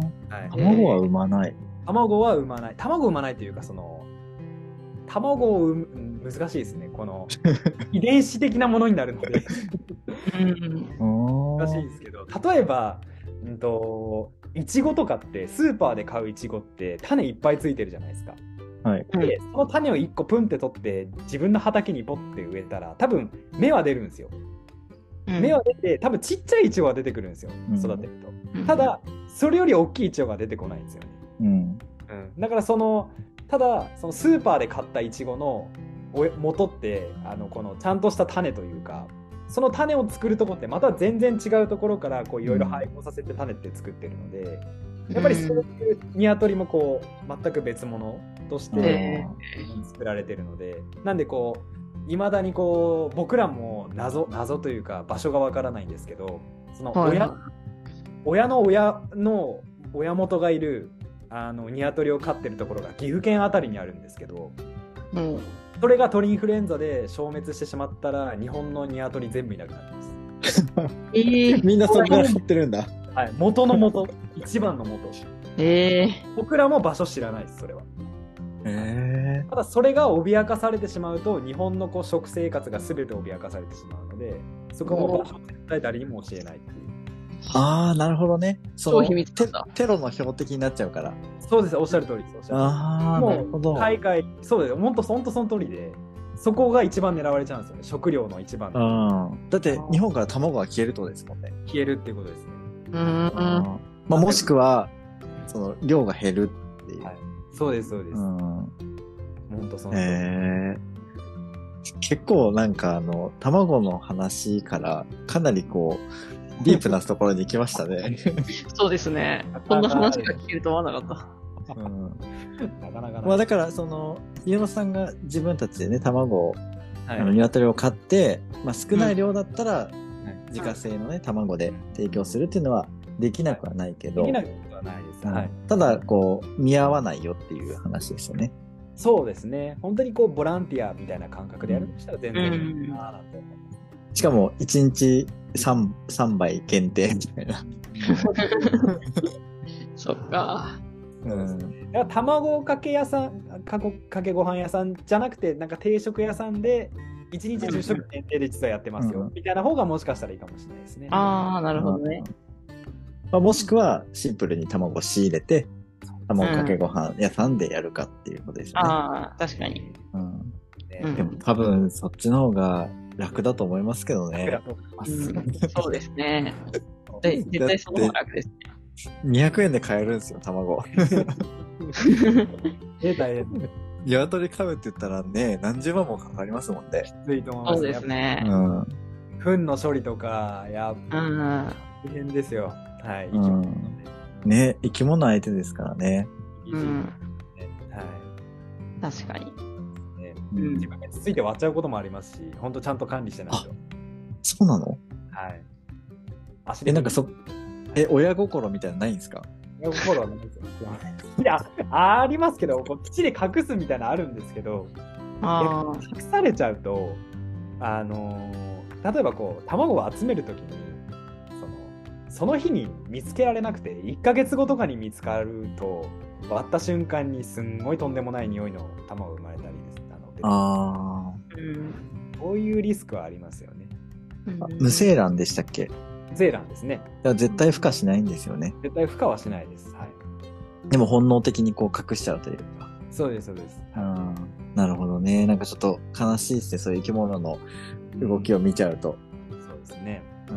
[SPEAKER 2] 卵は産まない。
[SPEAKER 3] 卵は産まない。卵を産まないというか、その卵を産む、難しいですね。この遺伝子的なものになるので難しいですけど、例えば、うんと、イチゴとかってスーパーで買うイチゴって種いっぱいついてるじゃないですか。はい、でその種をいっこプンって取って自分の畑にポッて植えたら多分芽は出るんですよ。うん、芽は出て多分ちっちゃいイチゴが出てくるんですよ、うん、育てると。ただそれより大きいイチゴが出てこないんですよね。うんうん、だからそのただそのスーパーで買ったイチゴの元ってあのこのちゃんとした種というか、その種を作るところってまた全然違うところからこういろいろ配合させて種って作ってるので、 やっぱりそういう鶏もこう全く別物として作られてるので、なんでこういまだにこう僕らも謎謎というか場所がわからないんですけど、その親、はい、親の親の親元がいるあの鶏を飼ってるところが岐阜県あたりにあるんですけど、うん、それが鳥インフルエンザで消滅してしまったら日本の鶏全部いなくなります。
[SPEAKER 2] えー、みんなそれから知ってるんだ。
[SPEAKER 3] はい、元の元、一番の元。
[SPEAKER 1] えー、
[SPEAKER 3] 僕らも場所知らないです、それは。えー、ただそれが脅かされてしまうと日本のこう食生活が全て脅かされてしまうので、そこも場所絶対誰にも教えないっていう。
[SPEAKER 2] ああ、なるほどね。そう秘密テ, テロの標的になっちゃうから。
[SPEAKER 3] そうです、おっしゃる通りです。おっしゃる通りです。ああ、なるほど。海外、そうですよ。本当本当その通りで、そこが一番狙われちゃうんですよね。食料の一番。
[SPEAKER 2] あだって日本から卵が消えるってことですもんね。
[SPEAKER 3] 消えるっていうことですね。
[SPEAKER 1] うん。
[SPEAKER 2] まあもしくはその量が減るっていう。はい、
[SPEAKER 3] そうですそうです。うん。本当その通り。
[SPEAKER 2] えー、結構なんかあの卵の話からかなりこうディープなところに行きましたね。
[SPEAKER 1] そうですね。こんな話が聞けると思わなかった。うん、
[SPEAKER 2] なかなかまあだからその家野さんが自分たちでね卵を、はい、あの鶏を買って、まあ、少ない量だったら、うん、自家製のね卵で提供するっていうのはできなくはないけど、
[SPEAKER 3] できなくはないです、はい、
[SPEAKER 2] ただこう見合わないよっていう話ですよね。
[SPEAKER 3] そうですね。本当にこうボランティアみたいな感覚でやるとしたら全然いいなと思います。
[SPEAKER 2] しかもいちにち 3, 3杯限定みたいな。
[SPEAKER 1] そっか。
[SPEAKER 3] うん、だから卵かけ屋さん、か, かけご飯屋さんじゃなくて、なんか定食屋さんでいちにちじゅっしょく限定で実はやってますよ、うん、みたいな方がもしかしたらいいかもしれないですね。
[SPEAKER 1] ああ、なるほどね。
[SPEAKER 2] まあ、もしくはシンプルに卵を仕入れて、卵かけご飯屋さんでやるかっていうことですね。
[SPEAKER 1] うん、ああ、確かに。
[SPEAKER 2] うんね、でも多分そっちの方が楽だと思いますけどね。
[SPEAKER 1] うん、そうですね。絶対その方が楽ですね。
[SPEAKER 2] にひゃくえんで買えるんですよ、卵。
[SPEAKER 3] え、大変。
[SPEAKER 2] 鶏買うって言ったらね、何十万もかかりますもんね。
[SPEAKER 3] きついと思います。
[SPEAKER 1] そうですね。
[SPEAKER 2] うん。
[SPEAKER 3] 糞の処理とか、やっぱ、うん、大変ですよ。はい。生き物、ね、
[SPEAKER 2] うん。ね、生き物相手ですからね。
[SPEAKER 1] うん。
[SPEAKER 3] はい。
[SPEAKER 1] 確かに。
[SPEAKER 3] ね、うん、自分がつついて割っちゃうこともありますし、本当ちゃんと管理してないと。
[SPEAKER 2] そうなの？
[SPEAKER 3] はい。
[SPEAKER 2] 足でえ、なんかそ、え、親心みたいなのないんですか？
[SPEAKER 3] 親心はないですよ。いや、ありますけど、こう土で隠すみたいなのあるんですけど、
[SPEAKER 1] あ
[SPEAKER 3] 隠されちゃうと、あのー、例えばこう、卵を集めるときに、その、その日に見つけられなくて、いっかげつごとかに見つかると、割った瞬間にすんごいとんでもない匂いの卵が生まれたりですなので、
[SPEAKER 2] あ
[SPEAKER 1] うん、
[SPEAKER 3] こういうリスクはありますよね。
[SPEAKER 2] 無精卵でしたっけ？
[SPEAKER 3] 精卵ですね。
[SPEAKER 2] だから絶対孵化しないんですよね。
[SPEAKER 3] 絶対孵化はしないです。はい。
[SPEAKER 2] でも本能的にこう隠しちゃうというか。
[SPEAKER 3] そうです、そうです。
[SPEAKER 2] うん。なるほどね。なんかちょっと悲しいですね。そういう生き物の動きを見ちゃうと。
[SPEAKER 3] うん、そうですね。
[SPEAKER 2] うん。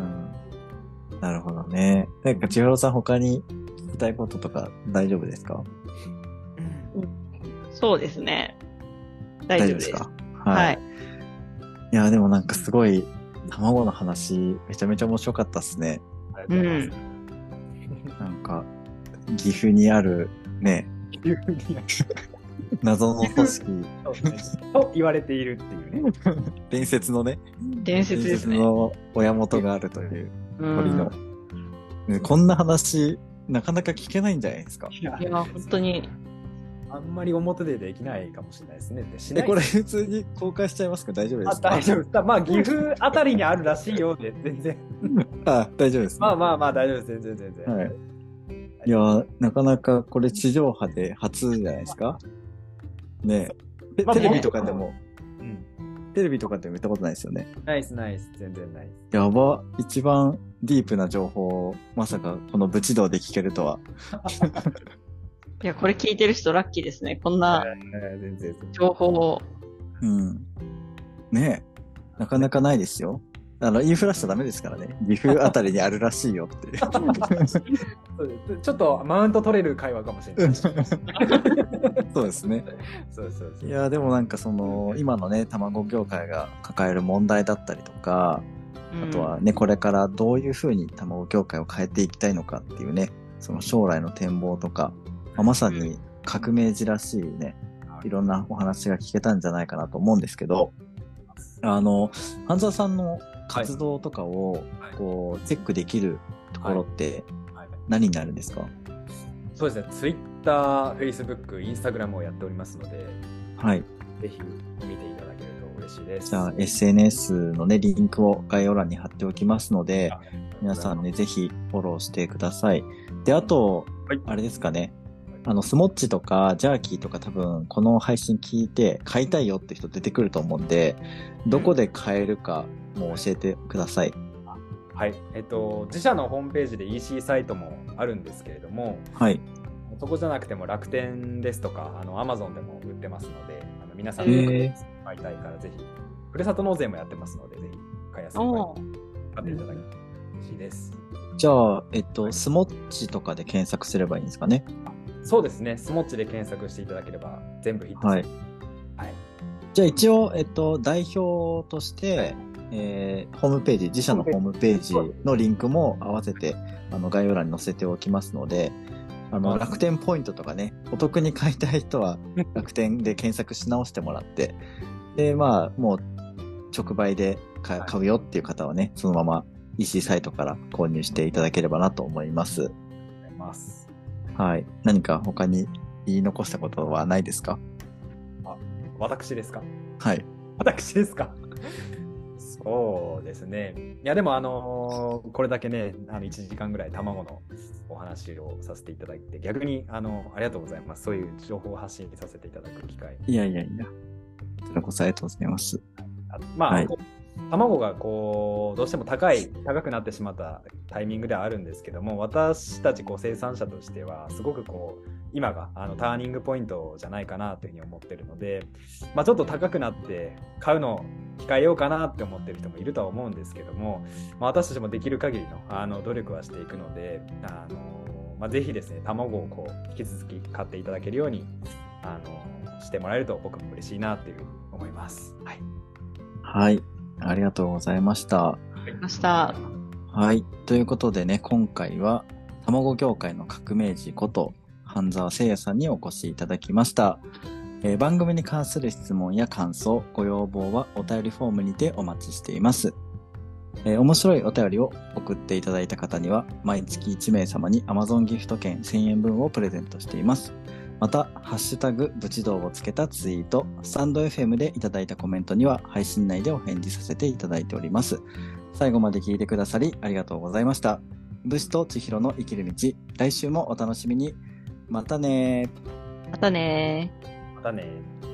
[SPEAKER 2] なるほどね。なんか千尋さん他に聞きたいこととか大丈夫ですか？
[SPEAKER 1] うん、そうですね。大丈夫です。大丈夫ですか？はい。はい、
[SPEAKER 2] いや、でもなんかすごい、卵の話、めちゃめちゃ面白かったっすね。
[SPEAKER 3] ありがとうございます。
[SPEAKER 2] うん、なんか、岐阜にある、ね、
[SPEAKER 3] 岐阜にある
[SPEAKER 2] 謎の組織、ね、
[SPEAKER 3] と言われているっていうね。
[SPEAKER 2] 伝説のね、
[SPEAKER 1] 伝説ですね。
[SPEAKER 2] 伝説の親元があるという鳥の、うんね。こんな話、なかなか聞けないんじゃないですか。
[SPEAKER 1] いや、本当に。
[SPEAKER 3] あんまり表でできないかもしれないですね。
[SPEAKER 2] しない。え、これ普通に公開しちゃいますか？大丈夫ですか？
[SPEAKER 3] あ、大丈夫です。まあ、岐阜あたりにあるらしいようで、全然。
[SPEAKER 2] あ、大丈夫です、ね。
[SPEAKER 3] まあまあまあ、大丈夫です。全然全然。
[SPEAKER 2] はい。いや、なかなかこれ地上波で初じゃないですか？ねえ、まあ、テレビとかでも、うん、テレビとかでも見たことないですよね。
[SPEAKER 3] ナイスナイス。全然ナイス。
[SPEAKER 2] やば。一番ディープな情報を、まさかこのブチ道で聞けるとは。
[SPEAKER 1] いや、これ聞いてる人ラッキーですね。こんな情報を。
[SPEAKER 2] うん。ねえ。なかなかないですよ。あの、インフラしちゃダメですからね。岐阜あたりにあるらしいよって。
[SPEAKER 3] ちょっとマウント取れる会話かもしれない。
[SPEAKER 2] そうですね。
[SPEAKER 3] そうそうそう。
[SPEAKER 2] いや、でもなんかその、今のね、卵業界が抱える問題だったりとか、うん、あとはね、これからどういうふうに卵業界を変えていきたいのかっていうね、 その将来の展望とか、まあ、まさに革命児らしいね、いろんなお話が聞けたんじゃないかなと思うんですけど、あの、半沢さんの活動とかをこうチェックできるところって何になるんですか？
[SPEAKER 3] そうですね、Twitter、Facebook、Instagram をやっておりますので、
[SPEAKER 2] はい。
[SPEAKER 3] ぜひ見ていただけると嬉しいです。
[SPEAKER 2] じゃあ エスエヌエス のね、リンクを概要欄に貼っておきますので、皆さんね、ぜひフォローしてください。で、あと、はい、あれですかね、あの、スモッチとかジャーキーとか多分この配信聞いて買いたいよって人出てくると思うんで、どこで買えるかも教えてください。
[SPEAKER 3] はい。えっと、自社のホームページで イーシー サイトもあるんですけれども、
[SPEAKER 2] はい。
[SPEAKER 3] そこじゃなくても楽天ですとか、あの、Amazon でも売ってますので、あの皆さんが買いたいからぜひ、ふるさと納税もやってますので、ぜひ買いやすい場合に買っていただけると嬉しいです。
[SPEAKER 2] じゃあ、えっと、スモッチとかで検索すればいいんですかね？
[SPEAKER 3] そうですね。スモッチで検索していただければ全部ヒットします。はい。はい、
[SPEAKER 2] じゃあ一応、えっと、代表として、はい、えー、ホームページ、自社のホームページのリンクも合わせて、あの、概要欄に載せておきますので、あの、楽天ポイントとかね、お得に買いたい人は楽天で検索し直してもらって、で、まあ、もう、直売で買うよっていう方はね、そのまま イーシー サイトから購入していただければなと思います。ありがとう
[SPEAKER 3] ございます。
[SPEAKER 2] はい。何か他に言い残したことはないですか？
[SPEAKER 3] あ、私ですか？
[SPEAKER 2] はい。
[SPEAKER 3] 私ですか？そうですね。いや、でも、あのー、これだけね、あのいちじかんぐらい卵のお話をさせていただいて、逆に、あの、ありがとうございます。そういう情報を発信させていただく機会。
[SPEAKER 2] いやいやいや。こちらこそありがとうございます。
[SPEAKER 3] あまあ、はい、卵がこう、どうしても高い、高くなってしまったタイミングではあるんですけども、私たちこう生産者としては、すごくこう、今があのターニングポイントじゃないかなというふうに思ってるので、まあ、ちょっと高くなって買うのを控えようかなって思ってる人もいるとは思うんですけども、まあ、私たちもできる限りのあの努力はしていくので、あの、まあ、ぜひですね、卵をこう引き続き買っていただけるようにあのしてもらえると僕も嬉しいなというふうに思います。はい。
[SPEAKER 2] はい。ありがとうございました。
[SPEAKER 1] ありました。
[SPEAKER 2] はい。ということでね、今回は卵業界の革命児こと半沢誠也さんにお越しいただきました。えー、番組に関する質問や感想、ご要望はお便りフォームにてお待ちしています。えー、面白いお便りを送っていただいた方には毎月いち名様に Amazon ギフト券せんえん分をプレゼントしています。また、ハッシュタグ、ブチ道をつけたツイート、スタンド エフエム でいただいたコメントには配信内でお返事させていただいております。最後まで聞いてくださりありがとうございました。武士と千尋の生きる道、来週もお楽しみに。またねー。
[SPEAKER 1] またねー。
[SPEAKER 3] またねー。